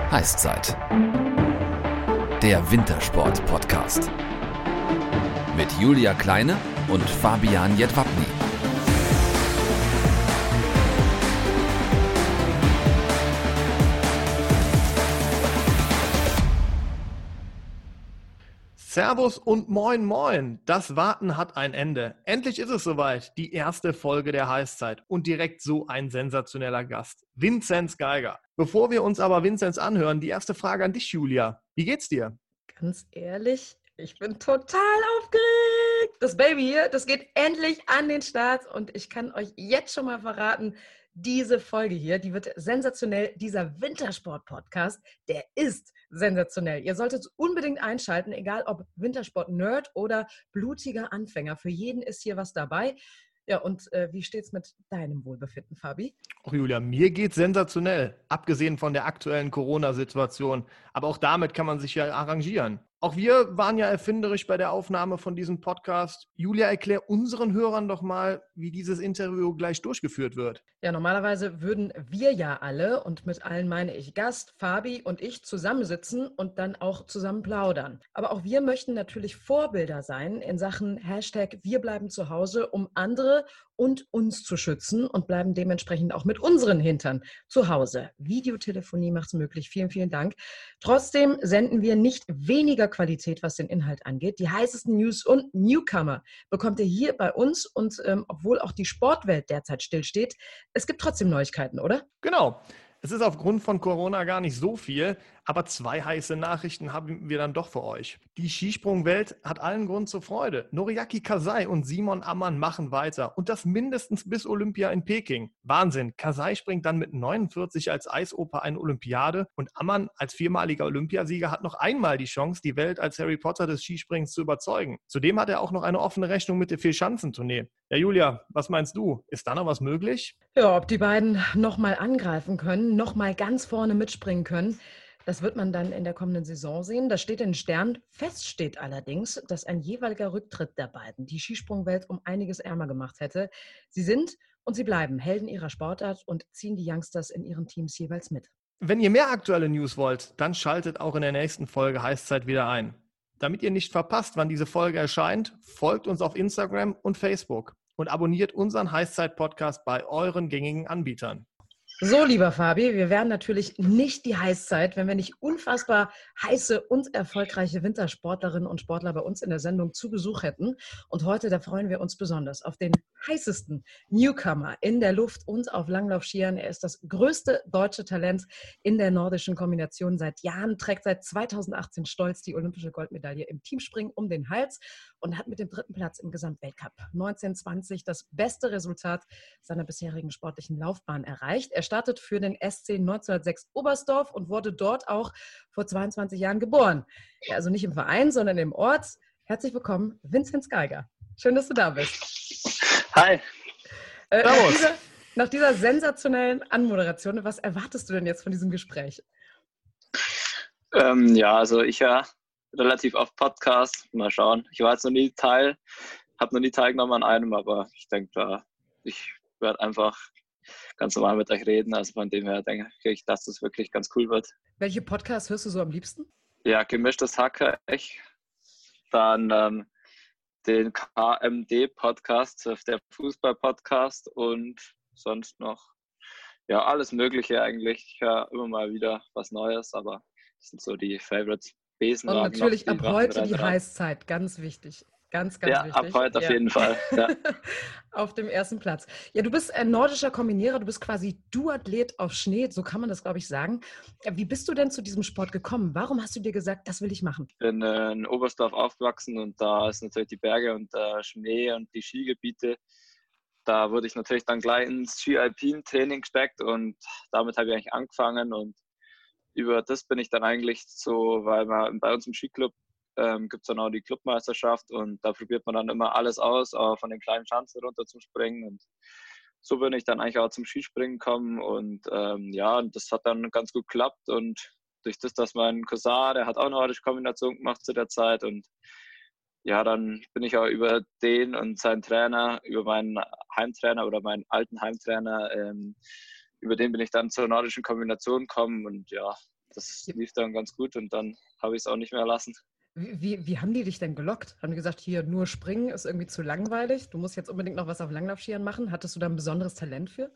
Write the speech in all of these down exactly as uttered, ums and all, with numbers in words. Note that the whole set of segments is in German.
Heißzeit. Der Wintersport-Podcast. Mit Julia Kleine und Fabian Jedwabny. Servus und moin moin, das Warten hat ein Ende. Endlich ist es soweit, die erste Folge der Heißzeit und direkt so ein sensationeller Gast, Vinzenz Geiger. Bevor wir uns aber Vinzenz anhören, die erste Frage an dich, Julia. Wie geht's dir? Ganz ehrlich, ich bin total aufgeregt. Das Baby hier, das geht endlich an den Start und ich kann euch jetzt schon mal verraten, diese Folge hier, die wird sensationell. Dieser Wintersport-Podcast, der ist sensationell. Ihr solltet unbedingt einschalten, egal ob Wintersport-Nerd oder blutiger Anfänger. Für jeden ist hier was dabei. Ja, und äh, wie steht's mit deinem Wohlbefinden, Fabi? Och Julia, mir geht's sensationell, abgesehen von der aktuellen Corona-Situation. Aber auch damit kann man sich ja arrangieren. Auch wir waren ja erfinderisch bei der Aufnahme von diesem Podcast. Julia, erklär unseren Hörern doch mal, wie dieses Interview gleich durchgeführt wird. Ja, normalerweise würden wir ja alle, und mit allen meine ich Gast, Fabi und ich, zusammensitzen und dann auch zusammen plaudern. Aber auch wir möchten natürlich Vorbilder sein in Sachen Hashtag Wir bleiben zu Hause, um andere und uns zu schützen und bleiben dementsprechend auch mit unseren Hintern zu Hause. Videotelefonie macht es möglich. Vielen, vielen Dank. Trotzdem senden wir nicht weniger Qualität, was den Inhalt angeht. Die heißesten News und Newcomer bekommt ihr hier bei uns und ähm, obwohl auch die Sportwelt derzeit stillsteht, es gibt trotzdem Neuigkeiten, oder? Genau. Es ist aufgrund von Corona gar nicht so viel, aber zwei heiße Nachrichten haben wir dann doch für euch. Die Skisprungwelt hat allen Grund zur Freude. Noriaki Kasai und Simon Ammann machen weiter und das mindestens bis Olympia in Peking. Wahnsinn, Kasai springt dann mit neunundvierzig als Eisoper eine Olympiade und Ammann als viermaliger Olympiasieger hat noch einmal die Chance, die Welt als Harry Potter des Skisprings zu überzeugen. Zudem hat er auch noch eine offene Rechnung mit der Vierschanzentournee. Ja, Julia, was meinst du? Ist da noch was möglich? Ja, ob die beiden nochmal angreifen können, nochmal ganz vorne mitspringen können, das wird man dann in der kommenden Saison sehen. Das steht in den Sternen. Fest steht allerdings, dass ein jeweiliger Rücktritt der beiden die Skisprungwelt um einiges ärmer gemacht hätte. Sie sind und sie bleiben Helden ihrer Sportart und ziehen die Youngsters in ihren Teams jeweils mit. Wenn ihr mehr aktuelle News wollt, dann schaltet auch in der nächsten Folge Heißzeit wieder ein. Damit ihr nicht verpasst, wann diese Folge erscheint, folgt uns auf Instagram und Facebook und abonniert unseren Heißzeit-Podcast bei euren gängigen Anbietern. So, lieber Fabi, wir wären natürlich nicht die Heißzeit, wenn wir nicht unfassbar heiße und erfolgreiche Wintersportlerinnen und Sportler bei uns in der Sendung zu Besuch hätten. Und heute, da freuen wir uns besonders auf den heißesten Newcomer in der Luft und auf Langlaufskiern. Er ist das größte deutsche Talent in der nordischen Kombination seit Jahren, trägt seit zweitausendachtzehn stolz die olympische Goldmedaille im Teamspringen um den Hals und hat mit dem dritten Platz im Gesamtweltcup neunzehn zwanzig das beste Resultat seiner bisherigen sportlichen Laufbahn erreicht. Er startet für den S C neunzehnhundertsechs Oberstdorf und wurde dort auch vor zweiundzwanzig Jahren geboren. Ja, also nicht im Verein, sondern im Ort. Herzlich willkommen, Vinzenz Geiger. Schön, dass du da bist. Hi. Äh, nach, dieser, nach dieser sensationellen Anmoderation, was erwartest du denn jetzt von diesem Gespräch? Ähm, ja, also ich höre relativ oft Podcasts. Mal schauen. Ich war jetzt noch nie Teil, habe noch nie teilgenommen an einem, aber ich denke, da ich werde einfach ganz normal mit euch reden. Also von dem her denke ich, dass das wirklich ganz cool wird. Welche Podcasts hörst du so am liebsten? Ja, gemischtes Hack, echt. Dann ähm, den K M D-Podcast, der Fußball-Podcast und sonst noch, ja, alles Mögliche eigentlich. Ich höre immer mal wieder was Neues, aber das sind so die Favorites. Besenwagen und natürlich noch, ab heute die Heißzeit, ganz wichtig. Ganz, ganz ja, wichtig. ab heute ja. auf jeden Fall. Ja. Auf dem ersten Platz. Ja, du bist ein nordischer Kombinierer, du bist quasi Duathlet auf Schnee, so kann man das, glaube ich, sagen. Wie bist du denn zu diesem Sport gekommen? Warum hast du dir gesagt, das will ich machen? Ich bin äh, in Oberstdorf aufgewachsen und da ist natürlich die Berge und der Schnee und die Skigebiete. Da wurde ich natürlich dann gleich ins Ski-Alpin-Training gesteckt und damit habe ich eigentlich angefangen und über das bin ich dann eigentlich so, weil man bei uns im Skiclub Ähm, gibt es dann auch die Clubmeisterschaft und da probiert man dann immer alles aus, auch von den kleinen Schanzen runter zu springen und so bin ich dann eigentlich auch zum Skispringen gekommen und ähm, ja, das hat dann ganz gut geklappt und durch das, dass mein Cousin, der hat auch eine nordische Kombination gemacht zu der Zeit und ja, dann bin ich auch über den und seinen Trainer, über meinen Heimtrainer oder meinen alten Heimtrainer, ähm, über den bin ich dann zur nordischen Kombination gekommen und ja, das lief dann ganz gut und dann habe ich es auch nicht mehr lassen. Wie, wie, wie haben die dich denn gelockt? Haben die gesagt, hier nur springen ist irgendwie zu langweilig, du musst jetzt unbedingt noch was auf Langlaufskiern machen? Hattest du da ein besonderes Talent für?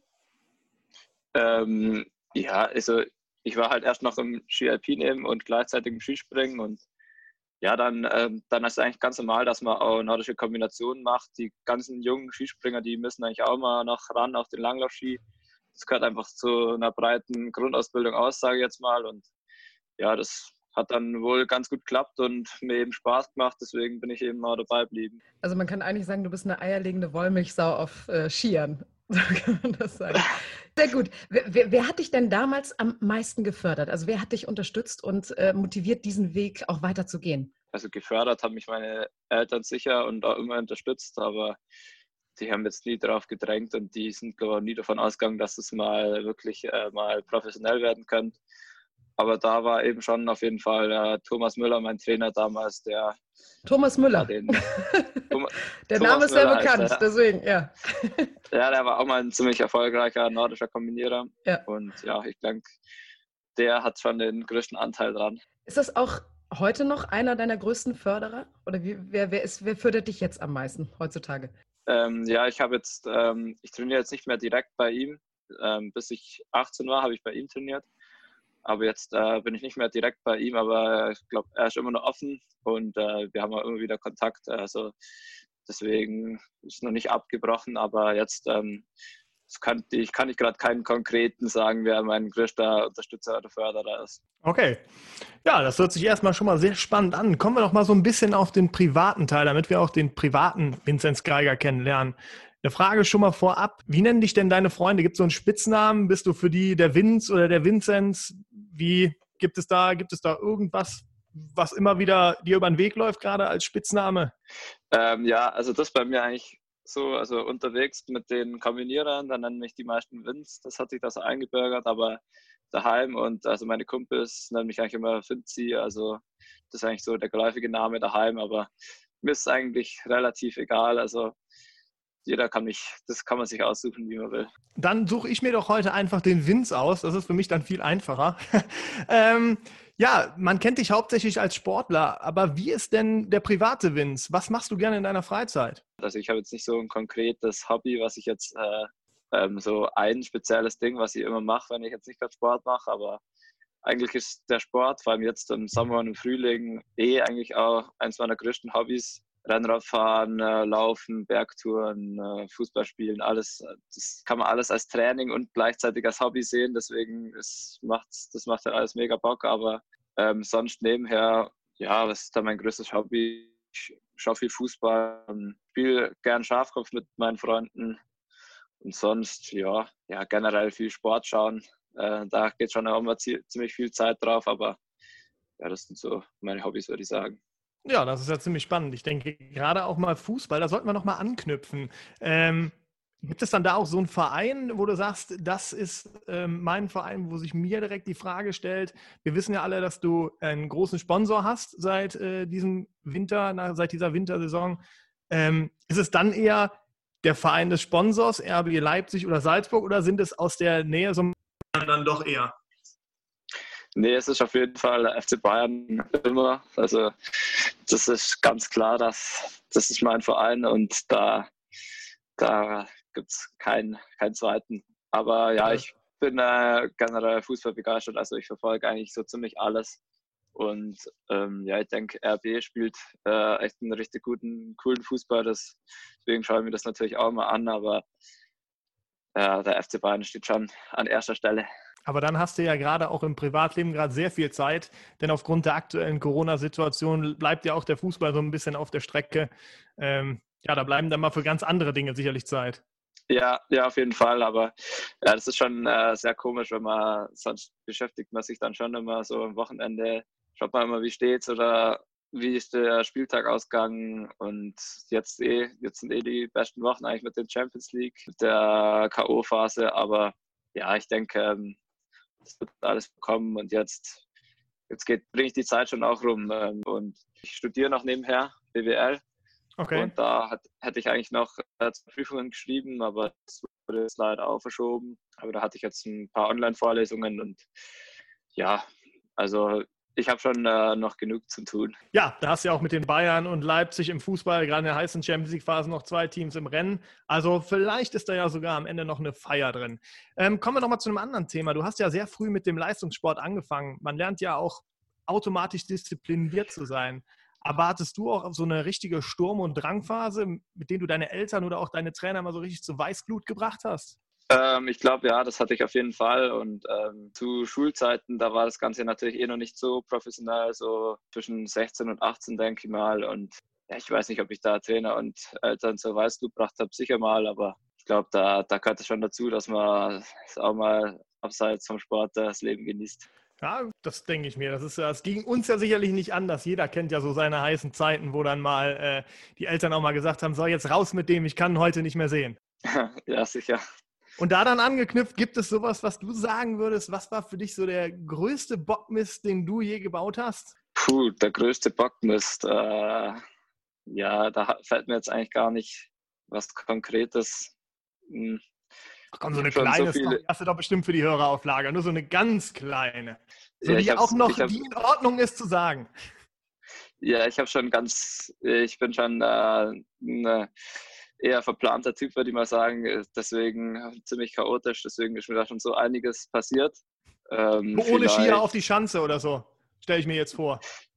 Ähm, ja, also ich war halt erst noch im Ski Alpin eben und gleichzeitig im Skispringen und ja, dann, ähm, dann ist es eigentlich ganz normal, dass man auch nordische Kombinationen macht. Die ganzen jungen Skispringer, die müssen eigentlich auch mal noch ran auf den Langlaufski. Das gehört einfach zu einer breiten Grundausbildung aus, sage ich jetzt mal. Und ja, das hat dann wohl ganz gut geklappt und mir eben Spaß gemacht. Deswegen bin ich eben mal dabei geblieben. Also man kann eigentlich sagen, du bist eine eierlegende Wollmilchsau auf äh, Skiern. So kann man das sagen. Sehr gut. Wer, wer, wer hat dich denn damals am meisten gefördert? Also wer hat dich unterstützt und äh, motiviert, diesen Weg auch weiter zu gehen? Also gefördert haben mich meine Eltern sicher und auch immer unterstützt, aber die haben jetzt nie darauf gedrängt und die sind, glaube ich, nie davon ausgegangen, dass es mal wirklich äh, mal professionell werden könnte. Aber da war eben schon auf jeden Fall äh, Thomas Müller, mein Trainer damals, der Thomas Müller. Den, Tom, der Thomas Name ist sehr Müller bekannt, heißt, deswegen, ja. Ja, der war auch mal ein ziemlich erfolgreicher nordischer Kombinierer. Ja. Und ja, ich denke, der hat schon den größten Anteil dran. Ist das auch heute noch einer deiner größten Förderer? Oder wie, wer, wer, ist, wer fördert dich jetzt am meisten heutzutage? Ähm, ja, ich habe jetzt, ähm, ich trainiere jetzt nicht mehr direkt bei ihm. Ähm, bis ich achtzehn war, habe ich bei ihm trainiert. Aber jetzt äh, bin ich nicht mehr direkt bei ihm, aber ich glaube, er ist immer noch offen und äh, wir haben auch immer wieder Kontakt. Also deswegen ist es noch nicht abgebrochen, aber jetzt ähm, kann ich, kann ich gerade keinen konkreten sagen, wer mein größter Unterstützer oder Förderer ist. Okay. Ja, das hört sich erstmal schon mal sehr spannend an. Kommen wir doch mal so ein bisschen auf den privaten Teil, damit wir auch den privaten Vinzenz Geiger kennenlernen. Eine Frage schon mal vorab. Wie nennen dich denn deine Freunde? Gibt es so einen Spitznamen? Bist du für die der Vinz oder der Vinzenz? Wie gibt es da, gibt es da irgendwas, was immer wieder dir über den Weg läuft, gerade als Spitzname? Ähm, ja, also das bei mir eigentlich so, also unterwegs mit den Kombinierern, dann nennen mich die meisten Vinz. Das hat sich das eingebürgert, aber daheim und also meine Kumpels nennen mich eigentlich immer Vinzi. Also das ist eigentlich so der geläufige Name daheim, aber mir ist es eigentlich relativ egal. Also jeder kann mich, das kann man sich aussuchen, wie man will. Dann suche ich mir doch heute einfach den Vinz aus. Das ist für mich dann viel einfacher. ähm, ja, man kennt dich hauptsächlich als Sportler, aber wie ist denn der private Vinz? Was machst du gerne in deiner Freizeit? Also ich habe jetzt nicht so ein konkretes Hobby, was ich jetzt äh, ähm, so ein spezielles Ding, was ich immer mache, wenn ich jetzt nicht gerade Sport mache, aber eigentlich ist der Sport, vor allem jetzt im Sommer und im Frühling, eh eigentlich auch eins meiner größten Hobbys. Rennradfahren, äh, Laufen, Bergtouren, äh, Fußball spielen, alles, das kann man alles als Training und gleichzeitig als Hobby sehen, deswegen ist, macht's, das macht dann alles mega Bock, aber ähm, sonst nebenher, ja, was ist da mein größtes Hobby? Ich schaue viel Fußball, spiele gern Schafkopf mit meinen Freunden und sonst, ja, ja generell viel Sport schauen, äh, da geht schon auch immer ziemlich viel Zeit drauf, aber ja, das sind so meine Hobbys, würde ich sagen. Ja, das ist ja ziemlich spannend. Ich denke, gerade auch mal Fußball, da sollten wir noch mal anknüpfen. Ähm, gibt es dann da auch so einen Verein, wo du sagst, das ist ähm, mein Verein, wo sich mir direkt die Frage stellt, wir wissen ja alle, dass du einen großen Sponsor hast seit äh, diesem Winter, na, seit dieser Wintersaison. Ähm, ist es dann eher der Verein des Sponsors, R B Leipzig oder Salzburg, oder sind es aus der Nähe so dann doch eher? Nee, es ist auf jeden Fall F C Bayern immer. Also das ist ganz klar, dass das ist mein Verein und da, da gibt es keinen, keinen zweiten. Aber ja, ich bin äh, generell Fußball begeistert, also ich verfolge eigentlich so ziemlich alles. Und ähm, ja, ich denke, R B spielt äh, echt einen richtig guten, coolen Fußball. Das, deswegen schaue ich mir das natürlich auch mal an, aber äh, der F C Bayern steht schon an erster Stelle. Aber dann hast du ja gerade auch im Privatleben gerade sehr viel Zeit, denn aufgrund der aktuellen Corona-Situation bleibt ja auch der Fußball so ein bisschen auf der Strecke. Ähm, ja, da bleiben dann mal für ganz andere Dinge sicherlich Zeit. Ja, ja, auf jeden Fall, aber ja, das ist schon äh, sehr komisch, wenn man, sonst beschäftigt man sich dann schon immer so am Wochenende, schaut man immer, wie steht's oder wie ist der Spieltag ausgegangen und jetzt eh, jetzt sind eh die besten Wochen eigentlich mit der Champions League, mit der K O-Phase, aber ja, ich denke, ähm, das wird alles bekommen und jetzt, jetzt geht, bringe ich die Zeit schon auch rum. Und ich studiere noch nebenher B W L. Okay. Und da hat, hätte ich eigentlich noch äh, Prüfungen geschrieben, aber das wurde jetzt leider auch verschoben. Aber da hatte ich jetzt ein paar Online-Vorlesungen und ja, Also ich habe schon äh, noch genug zu tun. Ja, da hast du ja auch mit den Bayern und Leipzig im Fußball, gerade in der heißen Champions-League-Phase, noch zwei Teams im Rennen. Also vielleicht ist da ja sogar am Ende noch eine Feier drin. Ähm, kommen wir nochmal zu einem anderen Thema. Du hast ja sehr früh mit dem Leistungssport angefangen. Man lernt ja auch automatisch diszipliniert zu sein. Aber hattest du auch so eine richtige Sturm- und Drangphase, mit denen du deine Eltern oder auch deine Trainer mal so richtig zu Weißglut gebracht hast? Ähm, ich glaube, ja, das hatte ich auf jeden Fall. Und ähm, zu Schulzeiten, da war das Ganze natürlich eh noch nicht so professionell, so zwischen sechzehn und achtzehn, denke ich mal. Und ja, ich weiß nicht, ob ich da Trainer und Eltern zur Weißglut gebracht habe, sicher mal. Aber ich glaube, da, da gehört es schon dazu, dass man auch mal abseits vom Sport das Leben genießt. Ja, das denke ich mir. Das ist, das ging uns ja sicherlich nicht anders. Jeder kennt ja so seine heißen Zeiten, wo dann mal äh, die Eltern auch mal gesagt haben, so jetzt raus mit dem, ich kann heute nicht mehr sehen. Ja, sicher. Und da dann angeknüpft, gibt es sowas, was du sagen würdest, was war für dich so der größte Bockmist, den du je gebaut hast? Puh, der größte Bockmist. Äh, ja, da fällt mir jetzt eigentlich gar nicht was Konkretes. Hm. Ach komm, so eine Schon kleine so viele- Story hast du doch bestimmt für die Hörer auf Lager. Nur so eine ganz kleine. So Ja, die ich hab's- auch noch, ich hab- die in Ordnung ist zu sagen. Ja, ich habe schon ganz, ich bin schon äh, ein eher verplanter Typ, würde ich mal sagen. Deswegen ziemlich chaotisch, deswegen ist mir da schon so einiges passiert. Ähm, Nur ohne Skier vielleicht- auf die Schanze oder so. Stelle ich mir jetzt vor.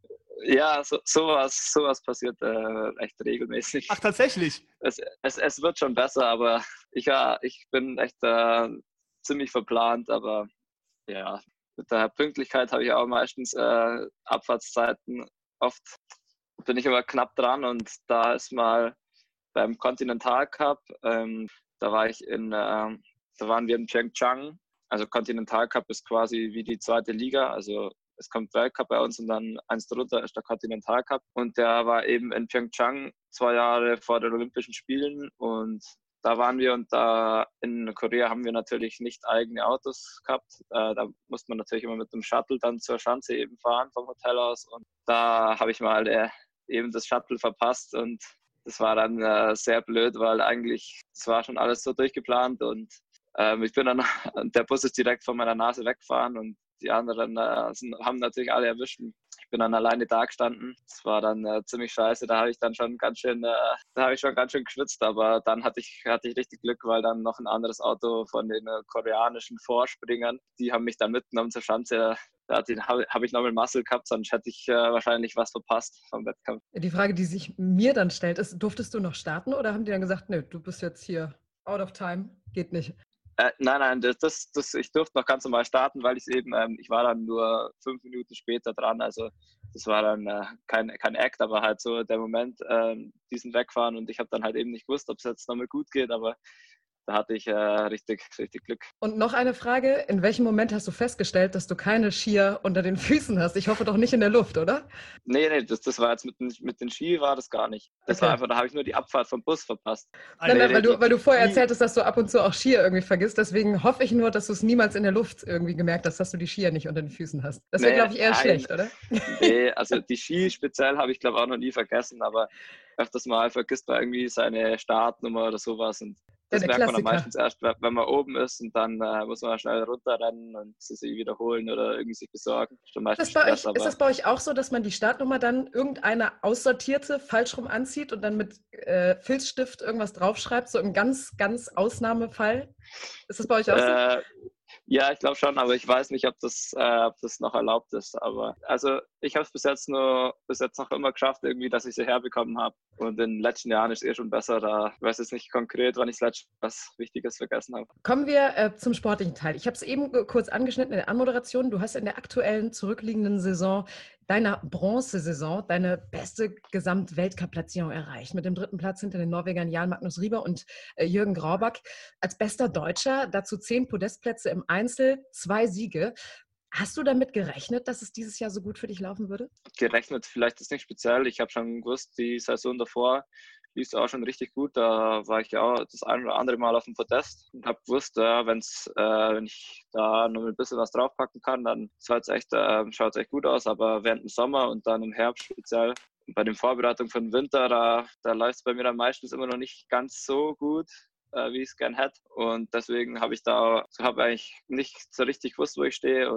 Ja, so, sowas, sowas passiert äh, echt regelmäßig. Ach, tatsächlich? Es, es, es wird schon besser, aber ich, ja, ich bin echt äh, ziemlich verplant, aber ja, mit der Pünktlichkeit habe ich auch meistens äh, Abfahrtszeiten. Oft bin ich immer knapp dran und da ist mal beim Continental Cup, ähm, da war ich in, äh, da waren wir in Pyeongchang. Also Continental Cup ist quasi wie die zweite Liga, also es kommt Weltcup bei uns und dann eins drunter ist der Continental Cup. Und der war eben in Pyeongchang zwei Jahre vor den Olympischen Spielen und da waren wir und da in Korea haben wir natürlich nicht eigene Autos gehabt. Äh, da musste man natürlich immer mit dem Shuttle dann zur Schanze eben fahren vom Hotel aus. Und da habe ich mal äh, eben das Shuttle verpasst und das war dann äh, sehr blöd, weil eigentlich es war schon alles so durchgeplant und ähm, ich bin dann, der Bus ist direkt von meiner Nase weggefahren und die anderen äh, sind, haben natürlich alle erwischt. Ich bin dann alleine da gestanden. Das war dann äh, ziemlich scheiße. Da habe ich dann schon ganz schön, äh, da habe ich schon ganz schön geschwitzt. Aber dann hatte ich, hatte ich richtig Glück, weil dann noch ein anderes Auto von den äh, koreanischen Vorspringern, die haben mich dann mitgenommen zur Schanze. Da habe hab ich noch mit Muscle gehabt, sonst hätte ich äh, wahrscheinlich was verpasst vom Wettkampf. Die Frage, die sich mir dann stellt, ist, durftest du noch starten oder haben die dann gesagt, nö, du bist jetzt hier out of time, geht nicht? Äh, nein, nein, das, das, das, ich durfte noch ganz normal starten, weil ich eben, ähm, ich war dann nur fünf Minuten später dran, also das war dann äh, kein, kein Act, aber halt so der Moment, ähm, diesen wegfahren und ich habe dann halt eben nicht gewusst, ob es jetzt nochmal gut geht, aber da hatte ich äh, richtig, richtig Glück. Und noch eine Frage, in welchem Moment hast du festgestellt, dass du keine Skier unter den Füßen hast? Ich hoffe doch nicht in der Luft, oder? Nee, nee, das, das war jetzt mit den, mit den Ski war das gar nicht. Das Okay. war einfach, da habe ich nur die Abfahrt vom Bus verpasst. Nein, nein, nee, weil du, die- weil du vorher die- erzählt hast, dass du ab und zu auch Skier irgendwie vergisst. Deswegen hoffe ich nur, dass du es niemals in der Luft irgendwie gemerkt hast, dass du die Skier nicht unter den Füßen hast. Das wäre, Nee, glaube ich, eher nein. schlecht, oder? Nee, also die Ski speziell habe ich glaube auch noch nie vergessen, aber öfters mal vergisst man irgendwie seine Startnummer oder sowas und das Ja, der merkt man dann Klassiker. meistens erst, wenn man oben ist und dann äh, muss man schnell runterrennen und sie sich wiederholen oder irgendwie sich besorgen. Schon Ist meistens das, bei euch, Stress, ist aber das bei euch auch so, dass man die Startnummer dann irgendeine aussortierte falsch rum anzieht und dann mit äh, Filzstift irgendwas draufschreibt, so im ganz, ganz Ausnahmefall? Ist das bei euch auch so? äh, ja, ich glaube schon, aber ich weiß nicht, ob das, äh, ob das noch erlaubt ist. Aber also ich habe es bis jetzt nur bis jetzt noch immer geschafft, irgendwie, dass ich sie herbekommen habe. Und in den letzten Jahren ist es eh schon besser. Da ich weiß jetzt nicht konkret, wann ich das letzte was Wichtiges vergessen habe. Kommen wir äh, zum sportlichen Teil. Ich habe es eben äh, kurz angeschnitten in der Anmoderation. Du hast in der aktuellen zurückliegenden Saison, deiner Bronzesaison, deine beste Gesamt-Weltcup-Platzierung erreicht. Mit dem dritten Platz hinter den Norwegern Jan Magnus Rieber und äh, Jürgen Graubach. Als bester Deutscher, dazu zehn Podestplätze im Einzel, zwei Siege. Hast du damit gerechnet, dass es dieses Jahr so gut für dich laufen würde? Gerechnet vielleicht ist nicht speziell. Ich habe schon gewusst, die Saison davor lief es auch schon richtig gut. Da war ich ja auch das ein oder andere Mal auf dem Podest und habe gewusst, äh, wenn's, äh, wenn ich da noch ein bisschen was draufpacken kann, dann schaut es echt, äh, schaut's echt gut aus. Aber während dem Sommer und dann im Herbst speziell, bei den Vorbereitungen für den Winter, da, da läuft es bei mir dann meistens immer noch nicht ganz so gut, äh, wie ich es gern hätte. Und deswegen habe ich da habe eigentlich nicht so richtig gewusst, wo ich stehe. Und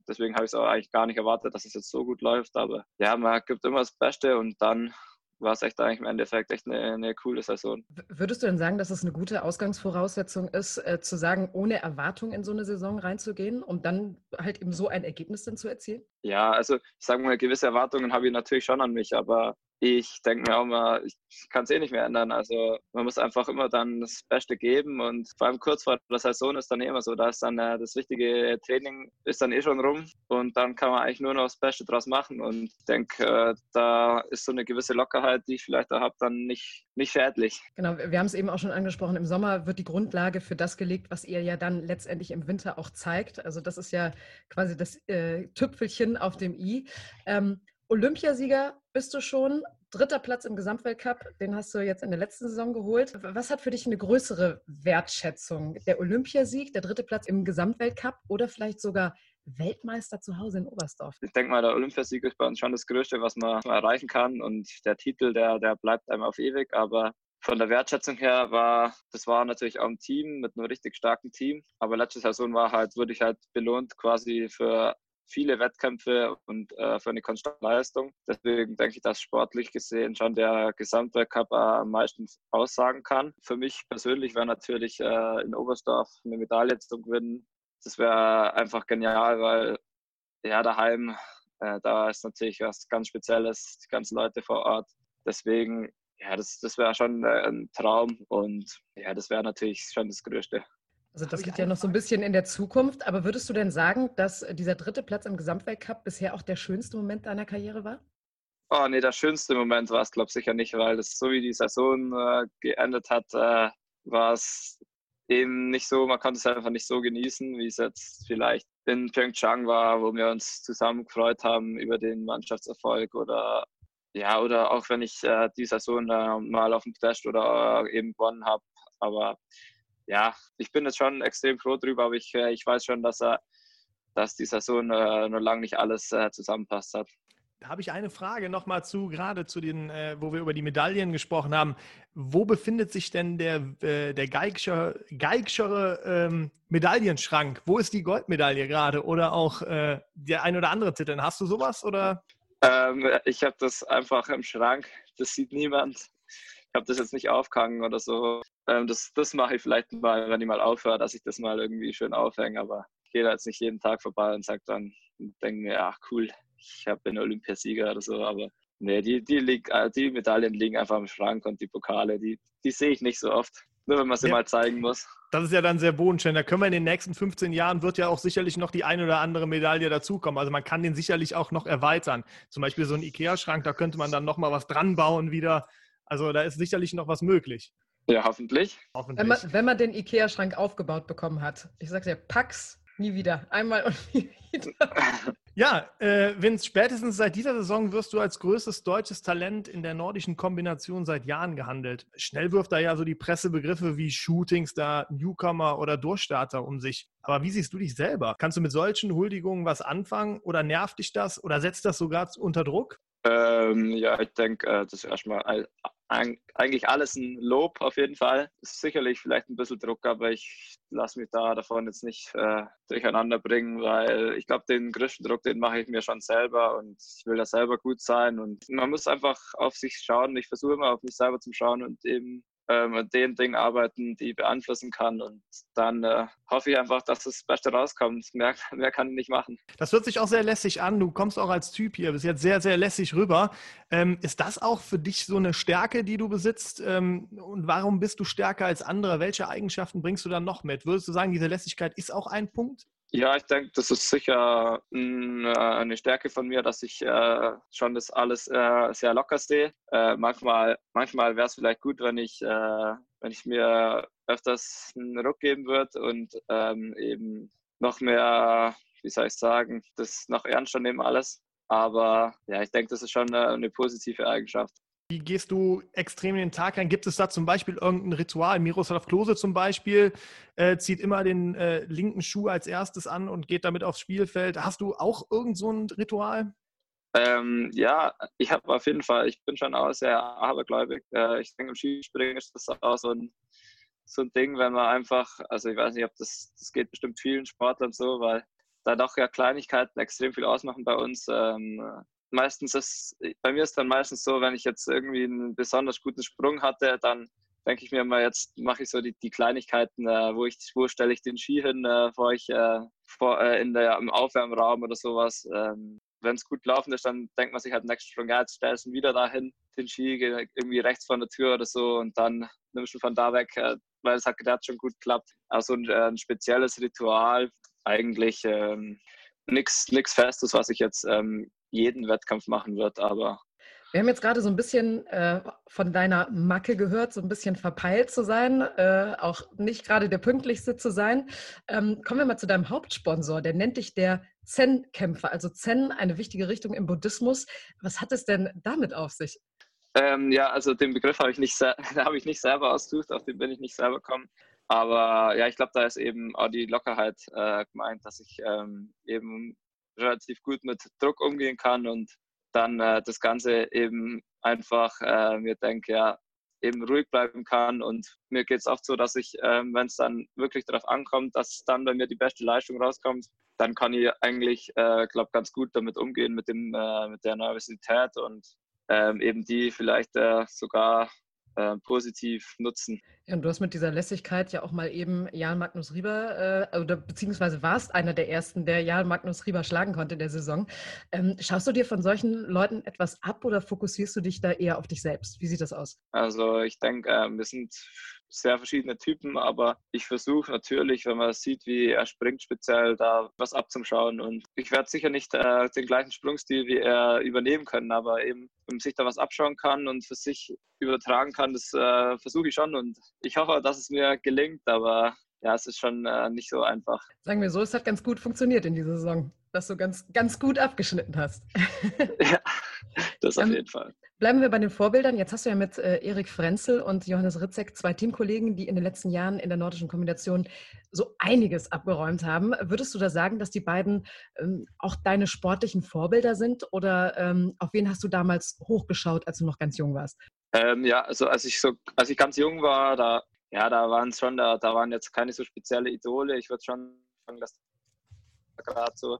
deswegen habe ich es auch eigentlich gar nicht erwartet, dass es jetzt so gut läuft. Aber ja, man gibt immer das Beste und dann war es echt eigentlich im Endeffekt echt eine, eine coole Saison. Würdest du denn sagen, dass es eine gute Ausgangsvoraussetzung ist, äh, zu sagen, ohne Erwartung in so eine Saison reinzugehen, um dann halt eben so ein Ergebnis dann zu erzielen? Ja, also ich sage mal, gewisse Erwartungen habe ich natürlich schon an mich, aber ich denke mir auch mal, ich kann es eh nicht mehr ändern. Also man muss einfach immer dann das Beste geben und vor allem kurz vor der Saison ist dann eh immer so, da ist dann äh, das richtige Training ist dann eh schon rum und dann kann man eigentlich nur noch das Beste draus machen und ich denke, äh, da ist so eine gewisse Lockerheit, die ich vielleicht da habe, dann nicht, nicht schädlich. Genau, wir haben es eben auch schon angesprochen, im Sommer wird die Grundlage für das gelegt, was ihr ja dann letztendlich im Winter auch zeigt. Also das ist ja quasi das äh, Tüpfelchen auf dem i. Ähm, Olympiasieger bist du schon, dritter Platz im Gesamtweltcup, den hast du jetzt in der letzten Saison geholt. Was hat für dich eine größere Wertschätzung? Der Olympiasieg, der dritte Platz im Gesamtweltcup oder vielleicht sogar Weltmeister zu Hause in Oberstdorf? Ich denke mal, der Olympiasieg ist bei uns schon das Größte, was man erreichen kann und der Titel, der, der bleibt einem auf ewig, aber von der Wertschätzung her war, das war natürlich auch ein Team mit einem richtig starken Team, aber letzte Saison war halt, wurde ich halt belohnt quasi für viele Wettkämpfe und äh, für eine konstante Leistung. Deswegen denke ich, dass sportlich gesehen schon der Gesamtweltcup äh, am meisten aussagen kann. Für mich persönlich wäre natürlich äh, in Oberstdorf eine Medaille zu gewinnen. Das wäre einfach genial, weil ja daheim, äh, da ist natürlich was ganz Spezielles, die ganzen Leute vor Ort. Deswegen, ja, das, das wäre schon äh, ein Traum und ja, das wäre natürlich schon das Größte. Also das liegt ja noch so ein bisschen in der Zukunft, aber würdest du denn sagen, dass dieser dritte Platz im Gesamtweltcup bisher auch der schönste Moment deiner Karriere war? Oh nee, der schönste Moment war es, glaube ich, sicher nicht, weil das so wie die Saison äh, geendet hat, äh, war es eben nicht so, man konnte es einfach nicht so genießen, wie es jetzt vielleicht in Pyeongchang war, wo wir uns zusammen gefreut haben über den Mannschaftserfolg oder ja, oder auch wenn ich äh, die Saison äh, mal auf dem Podest oder äh, eben gewonnen habe, aber ja, ich bin jetzt schon extrem froh drüber, aber ich, ich weiß schon, dass, er, dass die Saison äh, noch lange nicht alles äh, zusammenpasst hat. Da habe ich eine Frage nochmal zu, gerade zu den, äh, wo wir über die Medaillen gesprochen haben. Wo befindet sich denn der, äh, der Geigscher, Geigschere ähm, Medaillenschrank? Wo ist die Goldmedaille gerade oder auch äh, der ein oder andere Titel? Hast du sowas oder? Ähm, ich habe das einfach im Schrank, das sieht niemand. Ich habe das jetzt nicht aufgehangen oder so. Ähm, das das mache ich vielleicht mal, wenn ich mal aufhöre, dass ich das mal irgendwie schön aufhänge. Aber ich gehe da jetzt nicht jeden Tag vorbei und sage dann, denke mir, ach cool, ich habe einen Olympiasieger oder so. Aber nee, die, die, lieg, die Medaillen liegen einfach im Schrank und die Pokale, die, die sehe ich nicht so oft. Nur wenn man sie ja mal zeigen muss. Das ist ja dann sehr bodenständig. Da können wir in den nächsten fünfzehn Jahren, wird ja auch sicherlich noch die ein oder andere Medaille dazukommen. Also man kann den sicherlich auch noch erweitern. Zum Beispiel so ein Ikea-Schrank, da könnte man dann noch mal was dran bauen wieder. Also da ist sicherlich noch was möglich. Ja, hoffentlich. hoffentlich. Wenn man, wenn man den Ikea-Schrank aufgebaut bekommen hat. Ich sag's dir, pack's nie wieder. Einmal und nie wieder. Ja, äh, Vince, spätestens seit dieser Saison wirst du als größtes deutsches Talent in der nordischen Kombination seit Jahren gehandelt. Schnell wirft da ja so die Presse Begriffe wie Shootingstar, Newcomer oder Durchstarter um sich. Aber wie siehst du dich selber? Kannst du mit solchen Huldigungen was anfangen oder nervt dich das oder setzt das sogar unter Druck? Ähm, ja, ich denke, äh, das ist erstmal eigentlich alles ein Lob auf jeden Fall. Das ist sicherlich vielleicht ein bisschen Druck, aber ich lasse mich da davon jetzt nicht äh, durcheinander bringen, weil ich glaube, den größten Druck, den mache ich mir schon selber und ich will da selber gut sein und man muss einfach auf sich schauen. Ich versuche immer auf mich selber zu schauen und eben ähm, an den Dingen arbeiten, die ich beeinflussen kann und dann äh, hoffe ich einfach, dass das Beste rauskommt. Mehr, mehr kann ich nicht machen. Das hört sich auch sehr lässig an. Du kommst auch als Typ hier, bist jetzt sehr, sehr lässig rüber. Ähm, ist das auch für dich so eine Stärke, die du besitzt? Ähm, und warum bist du stärker als andere? Welche Eigenschaften bringst du dann noch mit? Würdest du sagen, diese Lässigkeit ist auch ein Punkt? Ja, ich denke, das ist sicher eine Stärke von mir, dass ich äh, schon das alles äh, sehr locker sehe. Äh, manchmal manchmal wäre es vielleicht gut, wenn ich, äh, wenn ich mir öfters einen Ruck geben würde und ähm, eben noch mehr, wie soll ich sagen, das noch ernster nehmen alles. Aber ja, ich denke, das ist schon eine, eine positive Eigenschaft. Wie gehst du extrem in den Tag rein? Gibt es da zum Beispiel irgendein Ritual? Miroslav Klose zum Beispiel äh, zieht immer den äh, linken Schuh als erstes an und geht damit aufs Spielfeld. Hast du auch irgend so ein Ritual? Ähm, ja, ich habe auf jeden Fall, ich bin schon auch sehr abergläubig. Äh, ich denke, im Skispringen ist das auch so ein, so ein Ding, wenn man einfach, also ich weiß nicht, ob das, das geht bestimmt vielen Sportlern so, weil da doch ja Kleinigkeiten extrem viel ausmachen bei uns. Ähm, meistens ist, bei mir ist dann meistens so, wenn ich jetzt irgendwie einen besonders guten Sprung hatte, dann denke ich mir mal, jetzt mache ich so die, die Kleinigkeiten, äh, wo ich, wo stelle ich den Ski hin, äh, bevor ich äh, vor, äh, in der, im Aufwärmraum oder sowas. Ähm, wenn es gut laufen ist, dann denkt man sich halt nächsten Sprung, ja, jetzt stellst du ihn wieder dahin, den Ski irgendwie rechts von der Tür oder so und dann nimmst du von da weg, äh, weil es hat gerade schon gut geklappt. Also ein, äh, ein spezielles Ritual, eigentlich ähm, nichts Festes, was ich jetzt ähm, jeden Wettkampf machen würde, aber wir haben jetzt gerade so ein bisschen äh, von deiner Macke gehört, so ein bisschen verpeilt zu sein, äh, auch nicht gerade der Pünktlichste zu sein. Ähm, kommen wir mal zu deinem Hauptsponsor, der nennt dich der Zen-Kämpfer, also Zen, eine wichtige Richtung im Buddhismus. Was hat es denn damit auf sich? Ähm, ja, also den Begriff habe ich nicht, habe ich nicht selber ausgesucht, auf den bin ich nicht selber gekommen. Aber ja, ich glaube, da ist eben auch die Lockerheit äh, gemeint, dass ich ähm, eben relativ gut mit Druck umgehen kann und dann äh, das Ganze eben einfach äh, mir denke, ja, eben ruhig bleiben kann. Und mir geht es oft so, dass ich, äh, wenn es dann wirklich darauf ankommt, dass dann bei mir die beste Leistung rauskommt, dann kann ich eigentlich, äh, glaube ganz gut damit umgehen, mit, dem, äh, mit der Nervosität und ähm, eben die vielleicht äh, sogar äh, positiv nutzen. Ja, und du hast mit dieser Lässigkeit ja auch mal eben Jan Magnus Rieber, äh, oder beziehungsweise warst einer der Ersten, der Jan Magnus Rieber schlagen konnte in der Saison. Ähm, schaust du dir von solchen Leuten etwas ab oder fokussierst du dich da eher auf dich selbst? Wie sieht das aus? Also ich denke, äh, wir sind sehr verschiedene Typen, aber ich versuche natürlich, wenn man sieht, wie er springt, speziell da was abzuschauen. Und ich werde sicher nicht äh, den gleichen Sprungstil wie er übernehmen können, aber eben, wenn man sich da was abschauen kann und für sich übertragen kann, das äh, versuche ich schon. Und ich hoffe, dass es mir gelingt, aber ja, es ist schon äh, nicht so einfach. Sagen wir so, es hat ganz gut funktioniert in dieser Saison, dass du ganz, ganz gut abgeschnitten hast. Ja, das auf ähm, jeden Fall. Bleiben wir bei den Vorbildern. Jetzt hast du ja mit äh, Erik Frenzel und Johannes Ritzek zwei Teamkollegen, die in den letzten Jahren in der nordischen Kombination so einiges abgeräumt haben. Würdest du da sagen, dass die beiden ähm, auch deine sportlichen Vorbilder sind? Oder ähm, auf wen hast du damals hochgeschaut, als du noch ganz jung warst? Ähm, ja, also als ich so, als ich ganz jung war, da, ja, da waren es schon, da, da waren jetzt keine so spezielle Idole. Ich würde schon sagen, dass gerade so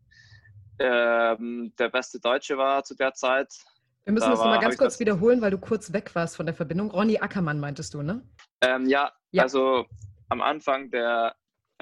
ähm, der beste Deutsche war zu der Zeit. Wir müssen da das nochmal ganz kurz das, wiederholen, weil du kurz weg warst von der Verbindung. Ronny Ackermann meintest du, ne? Ähm, ja, Ja. also am Anfang der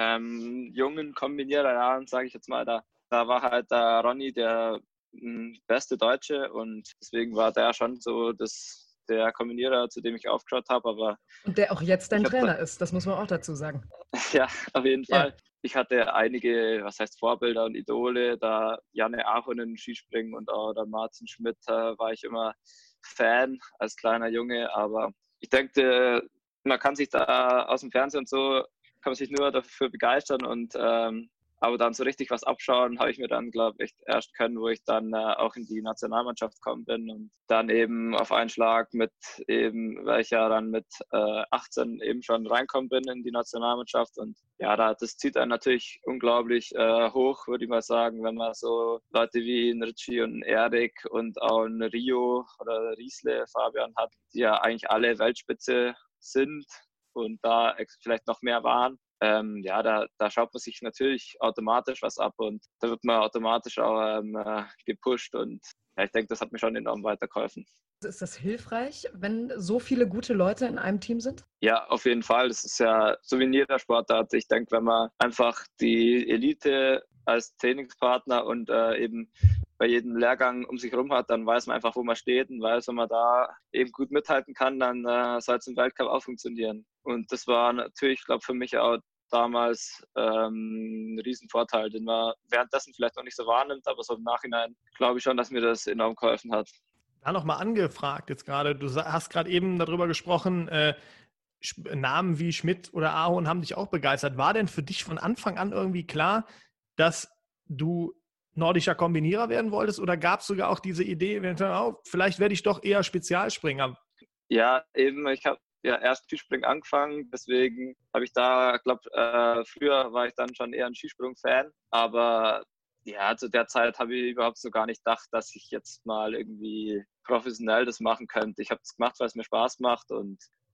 ähm, jungen Kombiniererjahren, sage ich jetzt mal, da, da war halt der Ronny der m, beste Deutsche und deswegen war der schon so das, der Kombinierer, zu dem ich aufgeschaut habe. Aber Und der auch jetzt dein ich hab Trainer da- ist, das muss man auch dazu sagen. ja, auf jeden Ja. Fall. Ich hatte einige, was heißt Vorbilder und Idole, da Janne Ahonen Skispringen und auch der Martin Schmidt, da war ich immer Fan als kleiner Junge, aber ich denke, man kann sich da aus dem Fernsehen und so, kann man sich nur dafür begeistern und ähm, aber dann so richtig was abschauen, habe ich mir dann, glaube ich, echt erst können, wo ich dann äh, auch in die Nationalmannschaft gekommen bin und dann eben auf einen Schlag mit eben, weil ich ja dann mit äh, achtzehn eben schon reinkommen bin in die Nationalmannschaft und ja, da, das zieht einen natürlich unglaublich äh, hoch, würde ich mal sagen, wenn man so Leute wie ein Richie und ein Erik und auch ein Rio oder Riesle, Fabian hat, die ja eigentlich alle Weltspitze sind und da vielleicht noch mehr waren. Ähm, ja, da, da schaut man sich natürlich automatisch was ab und da wird man automatisch auch ähm, äh, gepusht und ja, ich denke, das hat mir schon enorm weitergeholfen. Ist das hilfreich, wenn so viele gute Leute in einem Team sind? Ja, auf jeden Fall. Das ist ja so wie in jeder Sportart. Ich denke, wenn man einfach die Elite als Trainingspartner und äh, eben bei jedem Lehrgang um sich herum hat, dann weiß man einfach, wo man steht und weiß, wenn man da eben gut mithalten kann, dann äh, soll es im Weltcup auch funktionieren. Und das war natürlich, glaube ich, für mich auch damals ähm, ein Riesenvorteil, den man währenddessen vielleicht noch nicht so wahrnimmt, aber so im Nachhinein glaube ich schon, dass mir das enorm geholfen hat. Da nochmal angefragt jetzt gerade, du hast gerade eben darüber gesprochen, äh, Namen wie Schmidt oder Ahon haben dich auch begeistert. War denn für dich von Anfang an irgendwie klar, dass du nordischer Kombinierer werden wolltest oder gab es sogar auch diese Idee, oh, vielleicht werde ich doch eher Spezialspringer? Ja, eben, ich habe ja erst Skispringen angefangen, deswegen habe ich da, glaube äh, früher war ich dann schon eher ein Skisprung-Fan, aber ja, zu der Zeit habe ich überhaupt so gar nicht gedacht, dass ich jetzt mal irgendwie professionell das machen könnte. Ich habe es gemacht, weil es mir Spaß macht und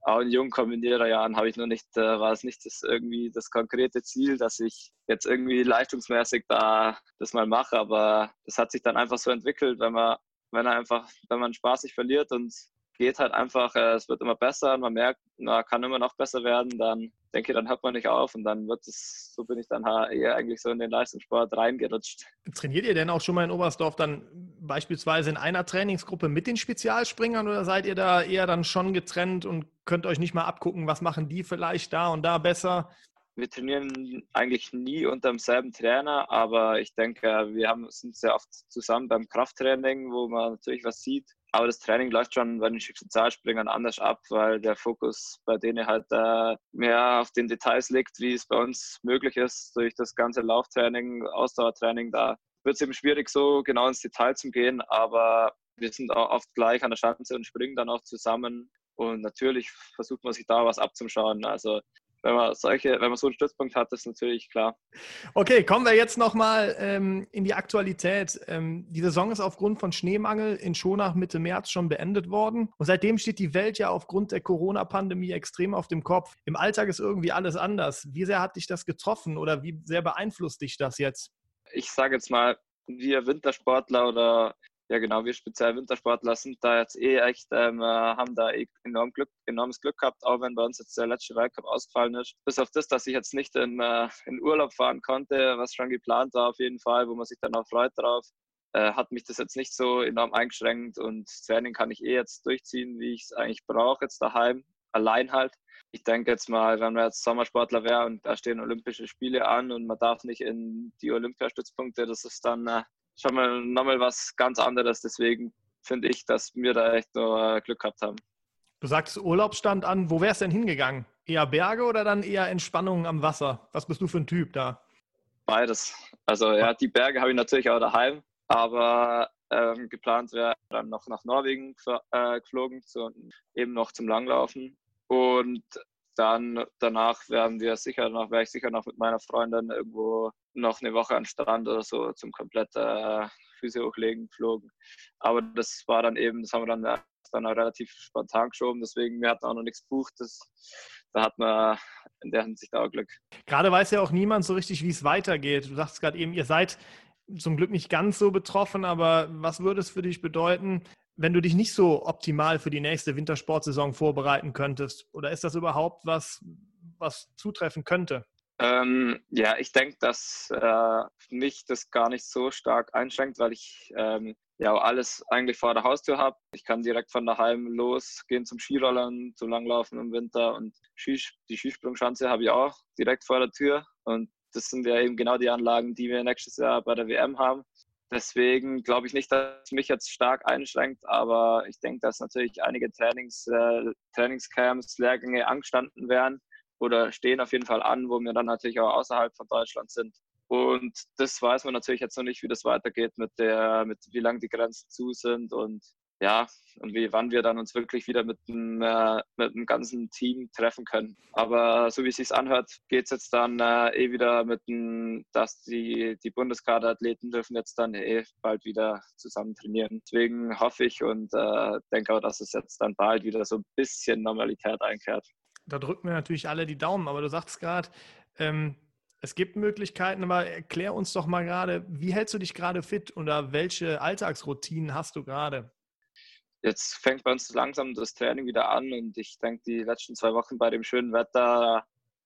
auch in jungen Kombiniererjahren habe ich noch nicht, äh, war es nicht das irgendwie das konkrete Ziel, dass ich jetzt irgendwie leistungsmäßig da das mal mache, aber das hat sich dann einfach so entwickelt, wenn man, wenn er einfach, wenn man spaßig verliert und geht halt einfach, äh, es wird immer besser, man merkt, man kann immer noch besser werden, dann denke ich, dann hört man nicht auf und dann wird es, so bin ich dann eher eigentlich so in den Leistungssport reingerutscht. Trainiert ihr denn auch schon mal in Oberstdorf dann beispielsweise in einer Trainingsgruppe mit den Spezialspringern oder seid ihr da eher dann schon getrennt und könnt euch nicht mal abgucken, was machen die vielleicht da und da besser? Wir trainieren eigentlich nie unter demselben Trainer, aber ich denke, wir haben, sind sehr oft zusammen beim Krafttraining, wo man natürlich was sieht. Aber das Training läuft schon bei den Spezialspringern anders ab, weil der Fokus bei denen halt äh, mehr auf den Details liegt, wie es bei uns möglich ist, durch das ganze Lauftraining, Ausdauertraining. Da wird es eben schwierig, so genau ins Detail zu gehen, aber wir sind auch oft gleich an der Schanze und springen dann auch zusammen. Und natürlich versucht man sich da was abzuschauen. Also wenn man solche, wenn man so einen Stützpunkt hat, ist natürlich klar. Okay, kommen wir jetzt nochmal ähm, in die Aktualität. Ähm, die Saison ist aufgrund von Schneemangel in Schonach Mitte März schon beendet worden. Und seitdem steht die Welt ja aufgrund der Corona-Pandemie extrem auf dem Kopf. Im Alltag ist irgendwie alles anders. Wie sehr hat dich das getroffen oder wie sehr beeinflusst dich das jetzt? Ich sage jetzt mal, wir Wintersportler oder ja genau, wir speziell Wintersportler sind da jetzt eh echt, ähm, haben da eh enorm Glück, enormes Glück gehabt, auch wenn bei uns jetzt der letzte Weltcup ausgefallen ist. Bis auf das, dass ich jetzt nicht in, äh, in Urlaub fahren konnte, was schon geplant war auf jeden Fall, wo man sich dann auch freut drauf, äh, hat mich das jetzt nicht so enorm eingeschränkt und Training kann ich eh jetzt durchziehen, wie ich es eigentlich brauche, jetzt daheim, allein halt. Ich denke jetzt mal, wenn man jetzt Sommersportler wäre und da stehen Olympische Spiele an und man darf nicht in die Olympiastützpunkte, das ist dann äh, schon mal nochmal was ganz anderes. Deswegen finde ich, dass wir da echt nur Glück gehabt haben. Du sagst Urlaub stand an. Wo wär's denn hingegangen? Eher Berge oder dann eher Entspannung am Wasser? Was bist du für ein Typ da? Beides. Also ja, die Berge habe ich natürlich auch daheim, aber ähm, geplant wäre dann noch nach Norwegen äh, geflogen, zu, eben noch zum Langlaufen. Und dann danach werden wir sicher noch, wäre ich sicher noch mit meiner Freundin irgendwo noch eine Woche an den Strand oder so zum komplett äh, Füße hochlegen geflogen. Aber das war dann eben, das haben wir dann, dann auch relativ spontan geschoben, deswegen wir hatten auch noch nichts gebucht. Das, da hat man in der Hinsicht auch Glück. Gerade weiß ja auch niemand so richtig, wie es weitergeht. Du sagst gerade eben, ihr seid zum Glück nicht ganz so betroffen, aber was würde es für dich bedeuten, wenn du dich nicht so optimal für die nächste Wintersportsaison vorbereiten könntest? Oder ist das überhaupt was, was zutreffen könnte? Ähm, ja, ich denke, dass äh, mich das gar nicht so stark einschränkt, weil ich ähm, ja alles eigentlich vor der Haustür habe. Ich kann direkt von daheim losgehen zum Skirollern, zum Langlaufen im Winter und Skis- die Skisprungschanze habe ich auch direkt vor der Tür. Und das sind ja eben genau die Anlagen, die wir nächstes Jahr bei der W M haben. Deswegen glaube ich nicht, dass es mich jetzt stark einschränkt, aber ich denke, dass natürlich einige Trainings, äh, Trainingscamps, Lehrgänge angestanden werden oder stehen auf jeden Fall an, wo wir dann natürlich auch außerhalb von Deutschland sind. Und das weiß man natürlich jetzt noch nicht, wie das weitergeht, mit der, mit wie lange die Grenzen zu sind und ja, und wie, wann wir dann uns wirklich wieder mit dem, äh, mit dem ganzen Team treffen können. Aber so wie es sich anhört, geht es jetzt dann äh, eh wieder mit dem, dass die, die Bundeskaderathleten dürfen jetzt dann eh bald wieder zusammen trainieren. Deswegen hoffe ich und äh, denke auch, dass es jetzt dann bald wieder so ein bisschen Normalität einkehrt. Da drücken wir natürlich alle die Daumen, aber du sagst gerade, ähm, es gibt Möglichkeiten, aber erklär uns doch mal gerade, wie hältst du dich gerade fit oder welche Alltagsroutinen hast du gerade? Jetzt fängt bei uns langsam das Training wieder an und ich denke, die letzten zwei Wochen bei dem schönen Wetter,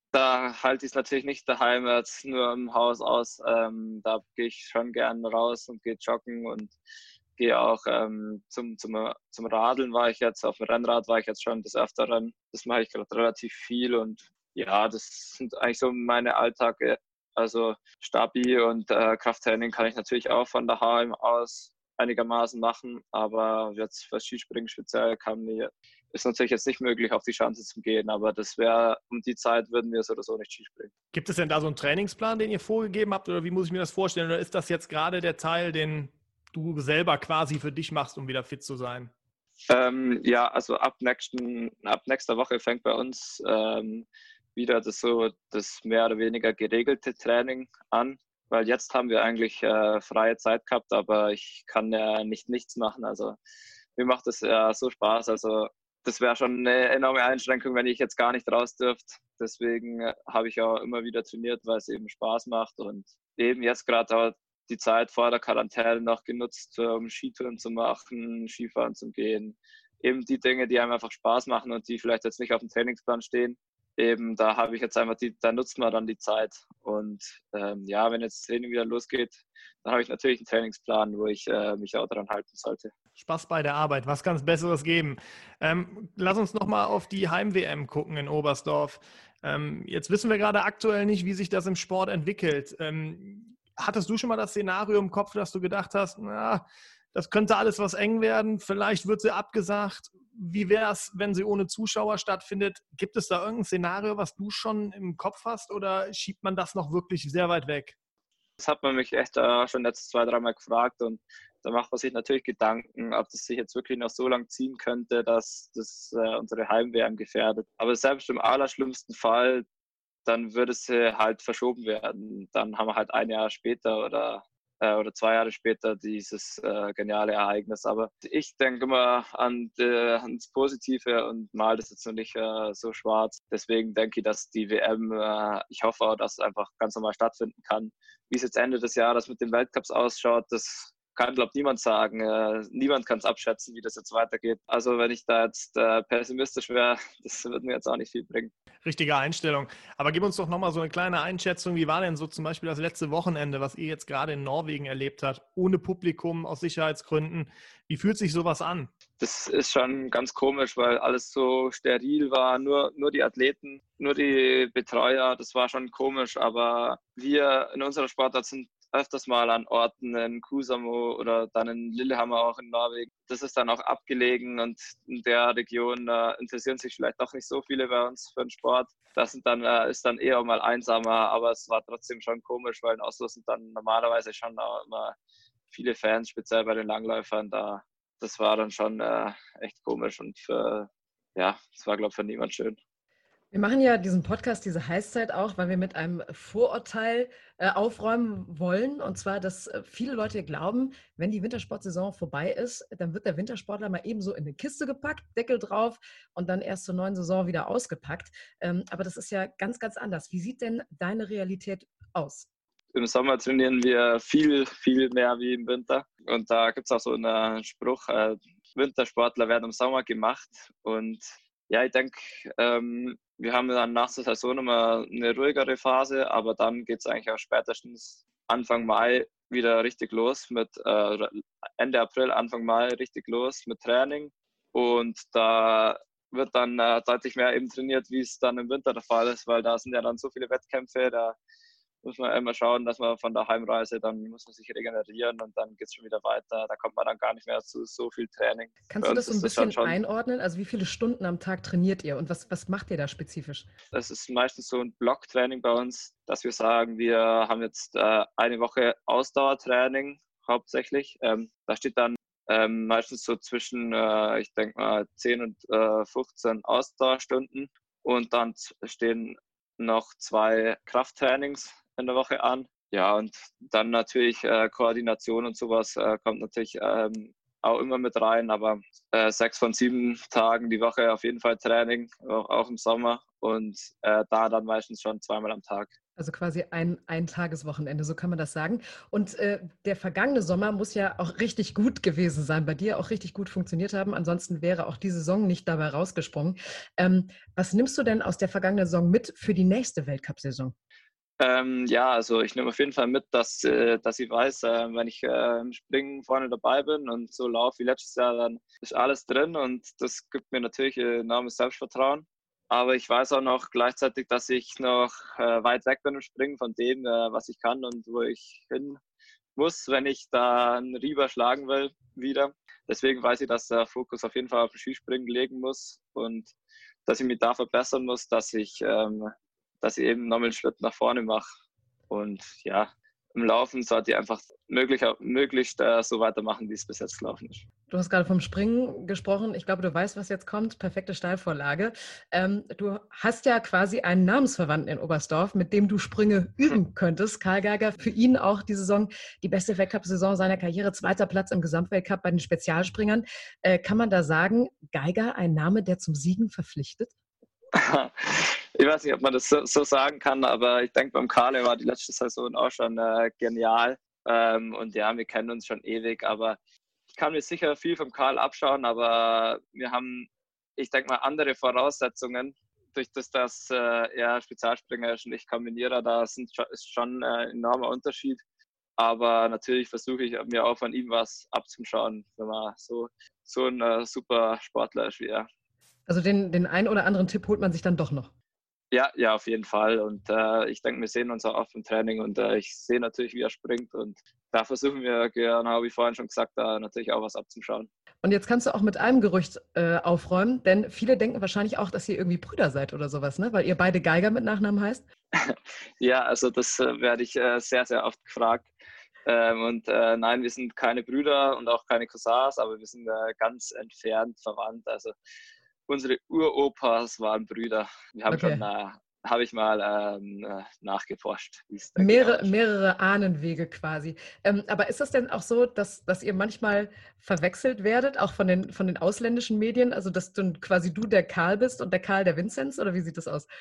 da halte ich es natürlich nicht daheim, jetzt nur im Haus aus. Ähm, da gehe ich schon gern raus und gehe joggen und gehe auch ähm, zum, zum, zum Radeln war ich jetzt, auf dem Rennrad war ich jetzt schon des Öfteren. Das mache ich gerade relativ viel und ja, das sind eigentlich so meine Alltage. Also Stabi und äh, Krafttraining kann ich natürlich auch von daheim aus einigermaßen machen, aber jetzt für Skispringen speziell kann mir, ist natürlich jetzt nicht möglich, auf die Schanze zu gehen, aber das wäre, um die Zeit würden wir so oder so nicht Skispringen. Gibt es denn da so einen Trainingsplan, den ihr vorgegeben habt oder wie muss ich mir das vorstellen? Oder ist das jetzt gerade der Teil, den du selber quasi für dich machst, um wieder fit zu sein? Ähm, ja, also ab, nächsten, ab nächster Woche fängt bei uns ähm, wieder das so das mehr oder weniger geregelte Training an. Weil jetzt haben wir eigentlich äh, freie Zeit gehabt, aber ich kann ja nicht nichts machen. Also mir macht es ja so Spaß. Also das wäre schon eine enorme Einschränkung, wenn ich jetzt gar nicht raus dürfte. Deswegen habe ich auch immer wieder trainiert, weil es eben Spaß macht und eben jetzt gerade auch die Zeit vor der Quarantäne noch genutzt, um Skitouren zu machen, Skifahren zu gehen. Eben die Dinge, die einem einfach Spaß machen und die vielleicht jetzt nicht auf dem Trainingsplan stehen. Eben, da habe ich jetzt einfach die, da nutzt man dann die Zeit. Und ähm, ja, wenn jetzt das Training wieder losgeht, dann habe ich natürlich einen Trainingsplan, wo ich äh, mich auch daran halten sollte. Spaß bei der Arbeit, was kann es Besseres geben? Ähm, lass uns nochmal auf die Heim-W M gucken in Oberstdorf. Ähm, jetzt wissen wir gerade aktuell nicht, wie sich das im Sport entwickelt. Ähm, hattest du schon mal das Szenario im Kopf, dass du gedacht hast, na, das könnte alles was eng werden, vielleicht wird sie abgesagt. Wie wäre es, wenn sie ohne Zuschauer stattfindet? Gibt es da irgendein Szenario, was du schon im Kopf hast oder schiebt man das noch wirklich sehr weit weg? Das hat man mich echt äh, schon jetzt zwei, dreimal gefragt und da macht man sich natürlich Gedanken, ob das sich jetzt wirklich noch so lang ziehen könnte, dass das äh, unsere Heim-W M gefährdet. Aber selbst im allerschlimmsten Fall, dann würde sie halt verschoben werden. Dann haben wir halt ein Jahr später oder oder zwei Jahre später dieses äh, geniale Ereignis. Aber ich denke immer an äh, ans Positive und mal das jetzt noch nicht äh, so schwarz. Deswegen denke ich, dass die W M, äh, ich hoffe auch, dass es einfach ganz normal stattfinden kann. Wie es jetzt Ende des Jahres mit den Weltcups ausschaut, das kann, glaube ich, niemand sagen. Äh, niemand kann es abschätzen, wie das jetzt weitergeht. Also wenn ich da jetzt äh, pessimistisch wäre, das würde mir jetzt auch nicht viel bringen. Richtige Einstellung. Aber gib uns doch nochmal so eine kleine Einschätzung. Wie war denn so zum Beispiel das letzte Wochenende, was ihr jetzt gerade in Norwegen erlebt habt, ohne Publikum, aus Sicherheitsgründen? Wie fühlt sich sowas an? Das ist schon ganz komisch, weil alles so steril war. Nur, nur die Athleten, nur die Betreuer, das war schon komisch. Aber wir in unserer Sportart sind öfters mal an Orten in Kuusamo oder dann in Lillehammer auch in Norwegen. Das ist dann auch abgelegen und in der Region äh, interessieren sich vielleicht doch nicht so viele bei uns für den Sport. Das sind dann, äh, ist dann eher mal einsamer, aber es war trotzdem schon komisch, weil in Oslo sind dann normalerweise schon auch immer viele Fans, speziell bei den Langläufern da. Das war dann schon äh, echt komisch und für, ja, das war, glaube ich, für niemand schön. Wir machen ja diesen Podcast, diese Heißzeit auch, weil wir mit einem Vorurteil äh, aufräumen wollen. Und zwar, dass äh, viele Leute glauben, wenn die Wintersportsaison vorbei ist, dann wird der Wintersportler mal ebenso in eine Kiste gepackt, Deckel drauf und dann erst zur neuen Saison wieder ausgepackt. Ähm, aber das ist ja ganz, ganz anders. Wie sieht denn deine Realität aus? Im Sommer trainieren wir viel, viel mehr wie im Winter. Und da gibt es auch so einen Spruch, äh, Wintersportler werden im Sommer gemacht. Und ja, ich denke, ähm, wir haben dann nach der Saison immer eine ruhigere Phase, aber dann geht es eigentlich auch spätestens Anfang Mai wieder richtig los mit äh, Ende April, Anfang Mai richtig los mit Training. Und da wird dann äh, deutlich mehr eben trainiert, wie es dann im Winter der Fall ist, weil da sind ja dann so viele Wettkämpfe, da muss man immer schauen, dass man von der Heimreise, dann muss man sich regenerieren und dann geht es schon wieder weiter. Da kommt man dann gar nicht mehr zu so viel Training. Kannst du das so ein bisschen einordnen? Also wie viele Stunden am Tag trainiert ihr und was, was macht ihr da spezifisch? Das ist meistens so ein Blocktraining bei uns, dass wir sagen, wir haben jetzt äh, eine Woche Ausdauertraining hauptsächlich. Ähm, da steht dann ähm, meistens so zwischen, äh, ich denke mal, zehn und äh, fünfzehn Ausdauerstunden und dann stehen noch zwei Krafttrainings in der Woche an. Ja, und dann natürlich äh, Koordination und sowas äh, kommt natürlich ähm, auch immer mit rein, aber äh, sechs von sieben Tagen die Woche auf jeden Fall Training, auch, auch im Sommer und äh, da dann meistens schon zweimal am Tag. Also quasi ein, ein Tageswochenende, so kann man das sagen. Und äh, der vergangene Sommer muss ja auch richtig gut gewesen sein, bei dir auch richtig gut funktioniert haben. Ansonsten wäre auch die Saison nicht dabei rausgesprungen. Ähm, was nimmst du denn aus der vergangenen Saison mit für die nächste Weltcup-Saison? Ähm, ja, also ich nehme auf jeden Fall mit, dass, äh, dass ich weiß, äh, wenn ich äh, im Springen vorne dabei bin und so laufe wie letztes Jahr, dann ist alles drin und das gibt mir natürlich enormes Selbstvertrauen. Aber ich weiß auch noch gleichzeitig, dass ich noch äh, weit weg bin im Springen von dem, äh, was ich kann und wo ich hin muss, wenn ich da einen Rieber schlagen will wieder. Deswegen weiß ich, dass der Fokus auf jeden Fall auf den Skispringen legen muss und dass ich mich da verbessern muss, dass ich, ähm, dass ich eben nochmal einen Schritt nach vorne mache. Und ja, im Laufen sollte ich einfach möglich, möglichst äh, so weitermachen, wie es bis jetzt gelaufen ist. Du hast gerade vom Springen gesprochen. Ich glaube, du weißt, was jetzt kommt. Perfekte Steilvorlage. Ähm, du hast ja quasi einen Namensverwandten in Oberstdorf, mit dem du Sprünge üben könntest. Karl Geiger, für ihn auch die Saison die beste Weltcup-Saison seiner Karriere. Zweiter Platz im Gesamtweltcup bei den Spezialspringern. Äh, kann man da sagen, Geiger, ein Name, der zum Siegen verpflichtet? Ich weiß nicht, ob man das so, so sagen kann, aber ich denke, beim Karl war die letzte Saison auch schon äh, genial. Ähm, und ja, wir kennen uns schon ewig, aber ich kann mir sicher viel vom Karl abschauen, aber wir haben, ich denke mal, andere Voraussetzungen. Durch das, dass äh, er Spezialspringer ist und ich Kombinierer, da sind, ist schon ein enormer Unterschied. Aber natürlich versuche ich mir auch von ihm was abzuschauen, wenn man so, so ein äh, super Sportler ist wie er. Also den, den einen oder anderen Tipp holt man sich dann doch noch. Ja, ja, auf jeden Fall. Und äh, ich denke, wir sehen uns auch oft im Training und äh, ich sehe natürlich, wie er springt. Und da versuchen wir, genau wie vorhin schon gesagt, da natürlich auch was abzuschauen. Und jetzt kannst du auch mit einem Gerücht äh, aufräumen, denn viele denken wahrscheinlich auch, dass ihr irgendwie Brüder seid oder sowas, ne? Weil ihr beide Geiger mit Nachnamen heißt. Ja, also das äh, werde ich äh, sehr, sehr oft gefragt. Ähm, und äh, nein, wir sind keine Brüder und auch keine Cousins, aber wir sind äh, ganz entfernt verwandt. Also unsere Uropas waren Brüder. Wir haben Okay. schon, äh, habe ich mal ähm, äh, nachgeforscht. Mehrere, genau mehrere Ahnenwege quasi. Ähm, aber ist das denn auch so, dass, dass ihr manchmal verwechselt werdet, auch von den, von den ausländischen Medien? Also dass du quasi du der Karl bist und der Karl der Vinzenz? Oder wie sieht das aus?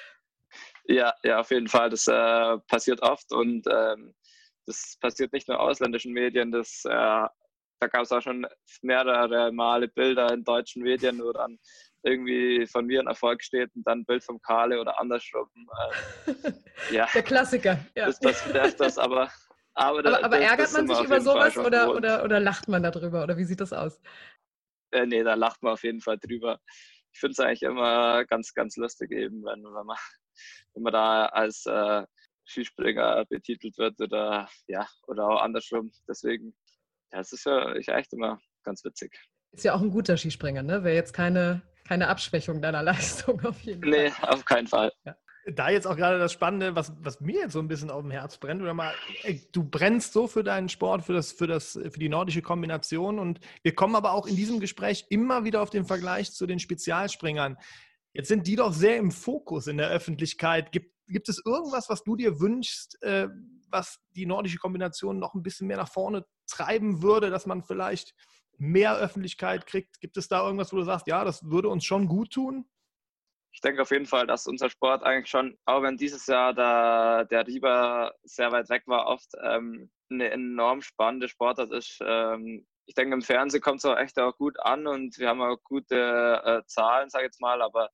Ja, ja, auf jeden Fall. Das äh, passiert oft und ähm, das passiert nicht nur in ausländischen Medien. Das, äh, da gab es auch schon mehrere Male Bilder in deutschen Medien, wo dann irgendwie von mir ein Erfolg steht und dann ein Bild vom Karle oder andersrum. Ähm, ja, Der Klassiker. Ja. das passiert öfters, aber aber, aber, aber das, ärgert das man sind wir sich auf über jeden Fall sowas schon oder, gewohnt. oder, oder lacht man darüber? Oder wie sieht das aus? Äh, nee, da lacht man auf jeden Fall drüber. Ich finde es eigentlich immer ganz, ganz lustig eben, wenn, wenn, man, wenn man da als äh, Skispringer betitelt wird oder ja, oder auch andersrum. Deswegen, ja, es ist ja ich echt immer ganz witzig. Ist ja auch ein guter Skispringer, ne? Wäre jetzt keine, keine Abschwächung deiner Leistung auf jeden Nee, Fall. auf keinen Fall. Ja. Da jetzt auch gerade das Spannende, was, was mir jetzt so ein bisschen auf dem Herz brennt, oder mal, ey, du brennst so für deinen Sport, für, das, für, das, für die nordische Kombination und wir kommen aber auch in diesem Gespräch immer wieder auf den Vergleich zu den Spezialspringern. Jetzt sind die doch sehr im Fokus in der Öffentlichkeit. Gibt, gibt es irgendwas, was du dir wünschst, äh, was die nordische Kombination noch ein bisschen mehr nach vorne treiben würde, dass man vielleicht mehr Öffentlichkeit kriegt? Gibt es da irgendwas, wo du sagst, ja, das würde uns schon gut tun? Ich denke auf jeden Fall, dass unser Sport eigentlich schon, auch wenn dieses Jahr der, der Rieber sehr weit weg war, oft ähm, eine enorm spannende Sportart ist. Ähm, ich denke, im Fernsehen kommt es auch echt auch gut an und wir haben auch gute äh, Zahlen, sage ich jetzt mal, aber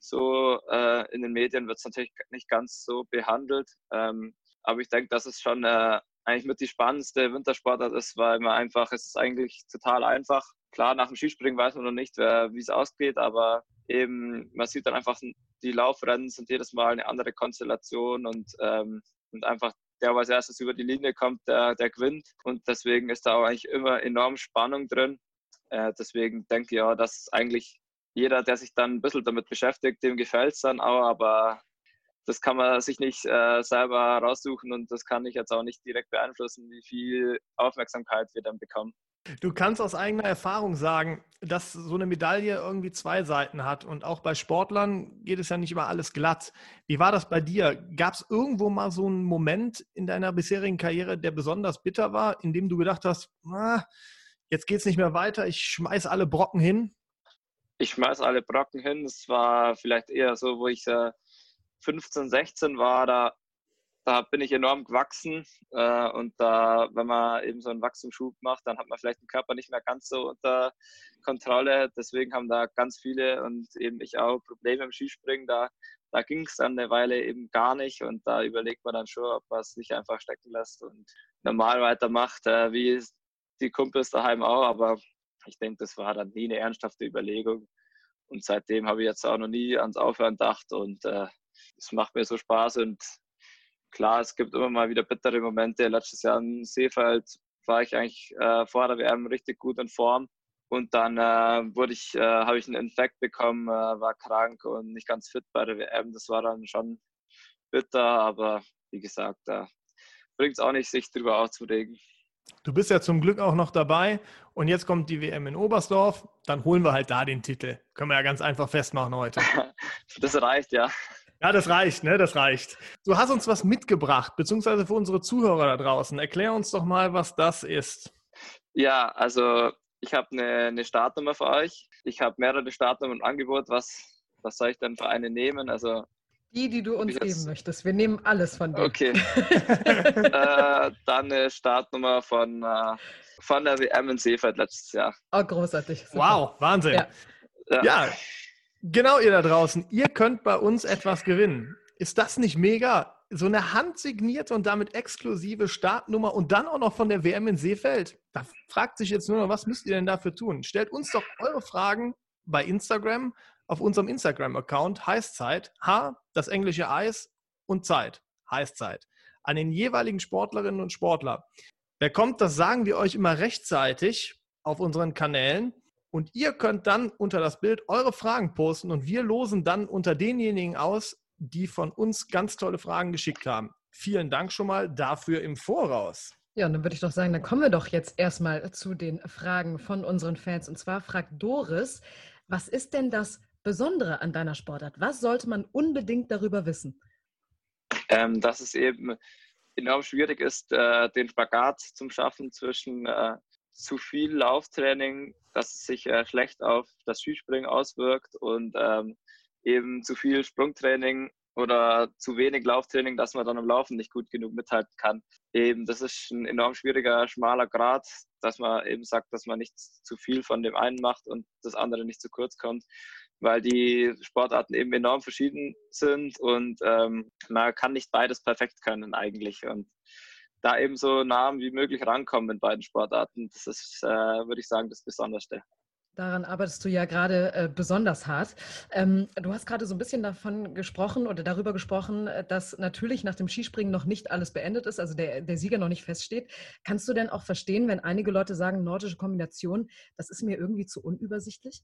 so äh, in den Medien wird es natürlich nicht ganz so behandelt. Ähm, aber ich denke, dass es schon äh, eigentlich mit die spannendste Wintersportart ist, weil man einfach, es ist eigentlich total einfach. Klar, nach dem Skispringen weiß man noch nicht, wie es ausgeht, aber eben, man sieht dann einfach, die Laufrennen sind jedes Mal eine andere Konstellation und, ähm, und einfach der, der als erstes über die Linie kommt, der, der gewinnt. Und deswegen ist da auch eigentlich immer enorm Spannung drin. Äh, deswegen denke ich auch, dass eigentlich jeder, der sich dann ein bisschen damit beschäftigt, dem gefällt es dann auch, aber das kann man sich nicht äh, selber raussuchen und das kann ich jetzt auch nicht direkt beeinflussen, wie viel Aufmerksamkeit wir dann bekommen. Du kannst aus eigener Erfahrung sagen, dass so eine Medaille irgendwie zwei Seiten hat und auch bei Sportlern geht es ja nicht immer alles glatt. Wie war das bei dir? Gab es irgendwo mal so einen Moment in deiner bisherigen Karriere, der besonders bitter war, in dem du gedacht hast, ah, jetzt geht es nicht mehr weiter, ich schmeiß alle Brocken hin? Ich schmeiß alle Brocken hin. Es war vielleicht eher so, wo ich äh, fünfzehn, sechzehn war, da Da bin ich enorm gewachsen äh, und da, wenn man eben so einen Wachstumsschub macht, dann hat man vielleicht den Körper nicht mehr ganz so unter Kontrolle. Deswegen haben da ganz viele und eben ich auch Probleme im Skispringen. Da, da ging es dann eine Weile eben gar nicht und da überlegt man dann schon, ob man es nicht einfach stecken lässt und normal weitermacht, äh, wie die Kumpels daheim auch. Aber ich denke, das war dann nie eine ernsthafte Überlegung. Und seitdem habe ich jetzt auch noch nie ans Aufhören gedacht und äh, es macht mir so Spaß und klar, es gibt immer mal wieder bittere Momente. Letztes Jahr in Seefeld war ich eigentlich äh, vor der W M richtig gut in Form. Und dann äh, wurde ich, äh, habe ich einen Infekt bekommen, äh, war krank und nicht ganz fit bei der W M. Das war dann schon bitter, aber wie gesagt, da bringt es auch nicht, sich darüber aufzuregen. Du bist ja zum Glück auch noch dabei und jetzt kommt die W M in Oberstdorf, dann holen wir halt da den Titel. Können wir ja ganz einfach festmachen heute. Das reicht, ja. Ja, das reicht, ne? Das reicht. Du hast uns was mitgebracht, beziehungsweise für unsere Zuhörer da draußen. Erklär uns doch mal, was das ist. Ja, also ich habe eine, eine Startnummer für euch. Ich habe mehrere Startnummern im Angebot. Was, was soll ich denn für eine nehmen? Also Die, die du uns geben möchtest. Wir nehmen alles von dir. Okay. äh, dann eine Startnummer von, äh, von der W M in Seefeld letztes Jahr. Oh, großartig. Super. Wow, Wahnsinn. Ja. Ja. ja, genau, ihr da draußen. Ihr könnt bei uns etwas gewinnen. Ist das nicht mega? So eine handsignierte und damit exklusive Startnummer und dann auch noch von der W M in Seefeld. Da fragt sich jetzt nur noch, was müsst ihr denn dafür tun? Stellt uns doch eure Fragen bei Instagram, auf unserem Instagram-Account Heißzeit, H, das englische Eis und Zeit, Heißzeit, an den jeweiligen Sportlerinnen und Sportler. Wer kommt, das sagen wir euch immer rechtzeitig auf unseren Kanälen und ihr könnt dann unter das Bild eure Fragen posten und wir losen dann unter denjenigen aus, die von uns ganz tolle Fragen geschickt haben. Vielen Dank schon mal dafür im Voraus. Ja, und dann würde ich doch sagen, dann kommen wir doch jetzt erstmal zu den Fragen von unseren Fans. Und zwar fragt Doris, was ist denn das Besondere an deiner Sportart? Was sollte man unbedingt darüber wissen? Ähm, dass es eben enorm schwierig ist, äh, den Spagat zu schaffen zwischen äh, zu viel Lauftraining, dass es sich äh, schlecht auf das Skispringen auswirkt und ähm, eben zu viel Sprungtraining oder zu wenig Lauftraining, dass man dann am Laufen nicht gut genug mithalten kann. Eben, das ist ein enorm schwieriger, schmaler Grat, dass man eben sagt, dass man nicht zu viel von dem einen macht und das andere nicht zu kurz kommt, weil die Sportarten eben enorm verschieden sind und ähm, man kann nicht beides perfekt können eigentlich. Und da eben so nah wie möglich rankommen in beiden Sportarten, das ist, äh, würde ich sagen, das Besonderste. Daran arbeitest du ja gerade äh, besonders hart. Ähm, du hast gerade so ein bisschen davon gesprochen oder darüber gesprochen, dass natürlich nach dem Skispringen noch nicht alles beendet ist, also der, der Sieger noch nicht feststeht. Kannst du denn auch verstehen, wenn einige Leute sagen, nordische Kombination, das ist mir irgendwie zu unübersichtlich?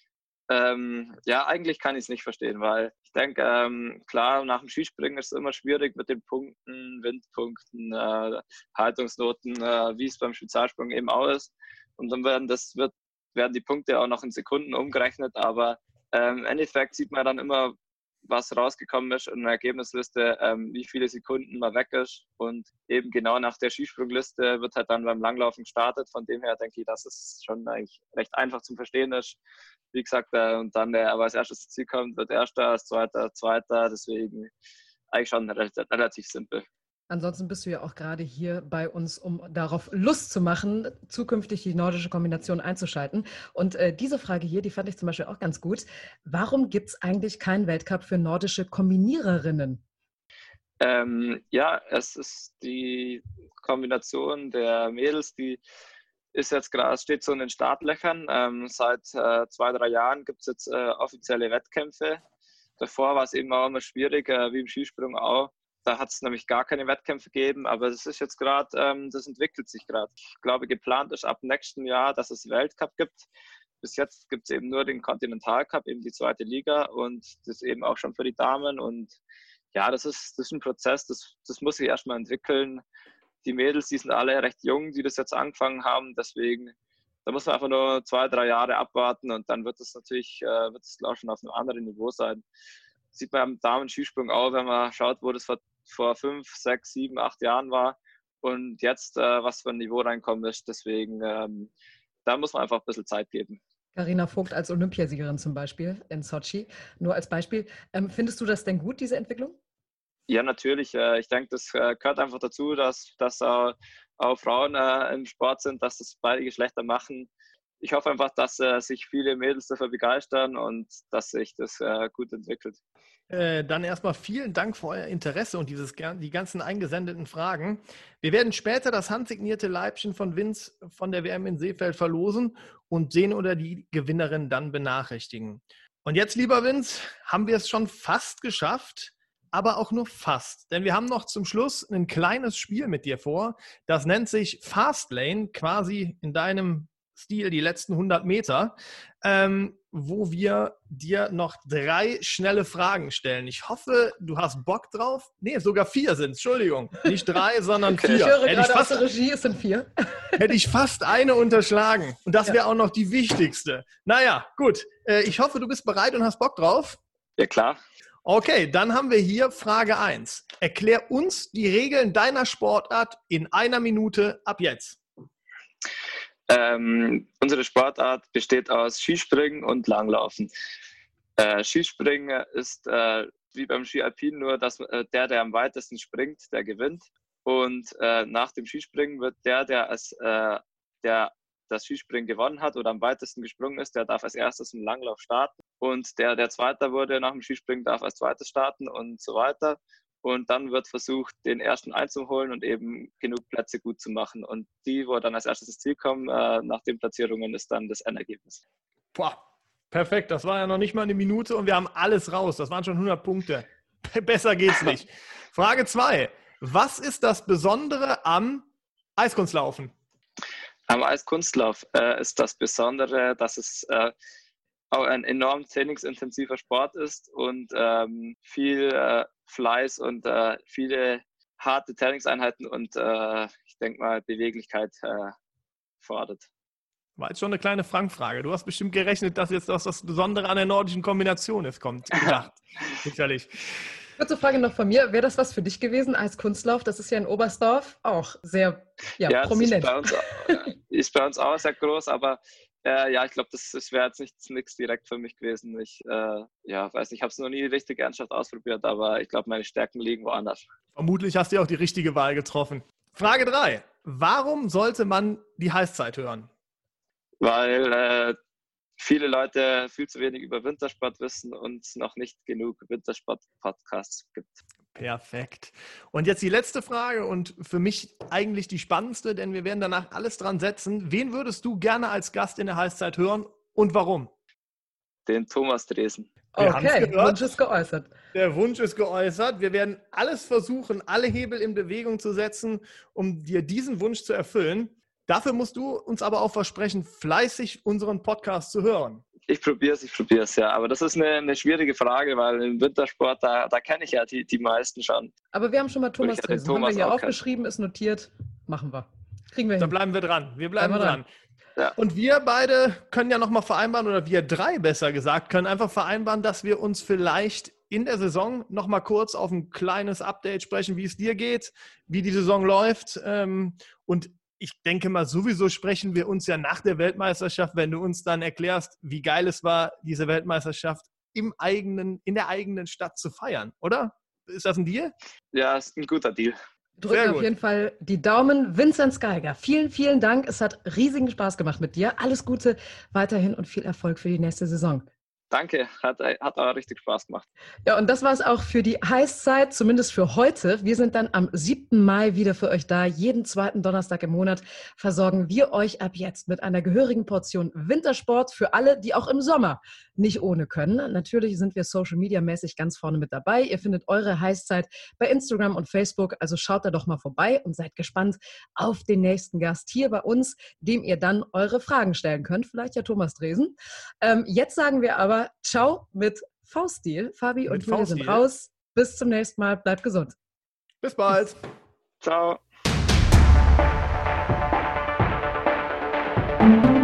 Ähm, ja, eigentlich kann ich es nicht verstehen, weil ich denke, ähm, klar, nach dem Skispringen ist es immer schwierig mit den Punkten, Windpunkten, äh, Haltungsnoten, äh, wie es beim Spezialsprung eben auch ist. Und dann werden das wird werden die Punkte auch noch in Sekunden umgerechnet, aber ähm, im Endeffekt sieht man dann immer, was rausgekommen ist in der Ergebnisliste, ähm, wie viele Sekunden man weg ist und eben genau nach der Skisprungliste wird halt dann beim Langlaufen gestartet, von dem her denke ich, dass es schon eigentlich recht einfach zum Verstehen ist. Wie gesagt, äh, und dann der aber als erstes ins Ziel kommt, wird Erster, als Zweiter, Zweiter, deswegen eigentlich schon relativ, relativ simpel. Ansonsten bist du ja auch gerade hier bei uns, um darauf Lust zu machen, zukünftig die nordische Kombination einzuschalten. Und äh, diese Frage hier, die fand ich zum Beispiel auch ganz gut. Warum gibt es eigentlich keinen Weltcup für nordische Kombiniererinnen? Ähm, ja, es ist die Kombination der Mädels, die ist jetzt gerade, steht so in den Startlöchern. Ähm, seit äh, zwei, drei Jahren gibt es jetzt äh, offizielle Wettkämpfe. Davor war es eben auch immer schwierig, äh, wie im Skisprung auch. Da hat es nämlich gar keine Wettkämpfe gegeben, aber das ist jetzt gerade, ähm, das entwickelt sich gerade. Ich glaube, geplant ist ab nächsten Jahr, dass es Weltcup gibt. Bis jetzt gibt es eben nur den Continental Cup, eben die zweite Liga und das eben auch schon für die Damen. Und ja, das ist, das ist ein Prozess, das, das muss sich erstmal entwickeln. Die Mädels, die sind alle recht jung, die das jetzt angefangen haben, deswegen da muss man einfach nur zwei, drei Jahre abwarten und dann wird es natürlich, äh, wird es glaube ich schon auf einem anderen Niveau sein. Das sieht man am Damen-Skisprung auch, wenn man schaut, wo das vor, vor fünf, sechs, sieben, acht Jahren war und jetzt, äh, was für ein Niveau reinkommen ist. Deswegen, ähm, da muss man einfach ein bisschen Zeit geben. Carina Vogt als Olympiasiegerin zum Beispiel in Sochi. Nur als Beispiel. Ähm, findest du das denn gut, diese Entwicklung? Ja, natürlich. Äh, ich denke, das äh, gehört einfach dazu, dass, dass äh, auch Frauen äh, im Sport sind, dass das beide Geschlechter machen. Ich hoffe einfach, dass äh, sich viele Mädels dafür begeistern und dass sich das äh, gut entwickelt. Äh, dann erstmal vielen Dank für euer Interesse und dieses, die ganzen eingesendeten Fragen. Wir werden später das handsignierte Leibchen von Vince von der W M in Seefeld verlosen und den oder die Gewinnerin dann benachrichtigen. Und jetzt, lieber Vince, haben wir es schon fast geschafft, aber auch nur fast. Denn wir haben noch zum Schluss ein kleines Spiel mit dir vor. Das nennt sich Fastlane, quasi in deinem Stil, die letzten hundert Meter, ähm, wo wir dir noch drei schnelle Fragen stellen. Ich hoffe, du hast Bock drauf. Nee, sogar vier sind es, Entschuldigung. Nicht drei, sondern Okay. vier. Ich höre Hätte gerade ich aus fast, der Regie, es sind vier. hätte ich fast eine unterschlagen. Und das Ja. wäre auch noch die wichtigste. Naja, gut. Äh, ich hoffe, du bist bereit und hast Bock drauf. Ja, klar. Okay, dann haben wir hier Frage eins. Erklär uns die Regeln deiner Sportart in einer Minute ab jetzt. Ähm, unsere Sportart besteht aus Skispringen und Langlaufen. Äh, Skispringen ist äh, wie beim Ski Alpin, nur dass äh, der, der am weitesten springt, der gewinnt. Und äh, nach dem Skispringen wird der, der, als, äh, der das Skispringen gewonnen hat oder am weitesten gesprungen ist, der darf als erstes im Langlauf starten. Und der, der Zweiter wurde nach dem Skispringen, darf als Zweites starten und so weiter. Und dann wird versucht, den Ersten einzuholen und eben genug Plätze gut zu machen. Und die, wo dann als erstes ins Ziel kommen, äh, nach den Platzierungen, ist dann das Endergebnis. Boah, perfekt. Das war ja noch nicht mal eine Minute und wir haben alles raus. Das waren schon hundert Punkte. Besser geht's nicht. Frage zwei. Was ist das Besondere am Eiskunstlaufen? Am Eiskunstlauf äh, ist das Besondere, dass es äh, auch ein enorm trainingsintensiver Sport ist und ähm, viel äh, Fleiß und äh, viele harte Trainingseinheiten und äh, ich denke mal Beweglichkeit äh, fordert. War jetzt schon eine kleine Frankfrage. Du hast bestimmt gerechnet, dass jetzt das, das Besondere an der nordischen Kombination ist, kommt. Gedacht. Sicherlich. Kurze Frage noch von mir. Wäre das was für dich gewesen als Kunstlauf? Das ist ja in Oberstdorf auch sehr ja, ja, prominent. Das ist, bei uns, ist bei uns auch sehr groß, aber äh, ja, ich glaube, das, das wäre jetzt nichts direkt für mich gewesen. Ich äh, ja, weiß nicht, ich habe es noch nie richtig ernsthaft ausprobiert, aber ich glaube, meine Stärken liegen woanders. Vermutlich hast du auch die richtige Wahl getroffen. Frage drei. Warum sollte man die Heißzeit hören? Weil äh, viele Leute viel zu wenig über Wintersport wissen und es noch nicht genug Wintersport-Podcasts gibt. Perfekt. Und jetzt die letzte Frage und für mich eigentlich die spannendste, denn wir werden danach alles dran setzen. Wen würdest du gerne als Gast in der Heißzeit hören und warum? Den Thomas Dresen. Wir haben's Okay, gehört. Wunsch ist geäußert. Der Wunsch ist geäußert. Wir werden alles versuchen, alle Hebel in Bewegung zu setzen, um dir diesen Wunsch zu erfüllen. Dafür musst du uns aber auch versprechen, fleißig unseren Podcast zu hören. Ich probiere es, ich probiere es, ja. Aber das ist eine, eine schwierige Frage, weil im Wintersport, da, da kenne ich ja die, die meisten schon. Aber wir haben schon mal Thomas ich ja den Dresen. Haben Thomas wir hier auch aufgeschrieben, ist notiert. Machen wir. Kriegen wir Da hin. bleiben wir dran. Wir bleiben Bleiben wir dran. Ja. Und wir beide können ja nochmal vereinbaren, oder wir drei besser gesagt, können einfach vereinbaren, dass wir uns vielleicht in der Saison nochmal kurz auf ein kleines Update sprechen, wie es dir geht, wie die Saison läuft. Und ich denke mal, sowieso sprechen wir uns ja nach der Weltmeisterschaft, wenn du uns dann erklärst, wie geil es war, diese Weltmeisterschaft im eigenen, in der eigenen Stadt zu feiern, oder? Ist das ein Deal? Ja, ist ein guter Deal. Drücken Sehr auf gut. jeden Fall die Daumen. Vinzenz Geiger, vielen, vielen Dank. Es hat riesigen Spaß gemacht mit dir. Alles Gute weiterhin und viel Erfolg für die nächste Saison. Danke, hat, hat auch richtig Spaß gemacht. Ja, und das war es auch für die Heißzeit, zumindest für heute. Wir sind dann am siebten Mai wieder für euch da. Jeden zweiten Donnerstag im Monat versorgen wir euch ab jetzt mit einer gehörigen Portion Wintersport für alle, die auch im Sommer nicht ohne können. Natürlich sind wir Social-Media-mäßig ganz vorne mit dabei. Ihr findet eure Heißzeit bei Instagram und Facebook, also schaut da doch mal vorbei und seid gespannt auf den nächsten Gast hier bei uns, dem ihr dann eure Fragen stellen könnt. Vielleicht ja Thomas Dresen. Ähm, jetzt sagen wir aber ciao mit V-Stil. Fabi Mit und Julia sind V-Stil. raus. Bis zum nächsten Mal. Bleibt gesund. Bis bald. Ciao.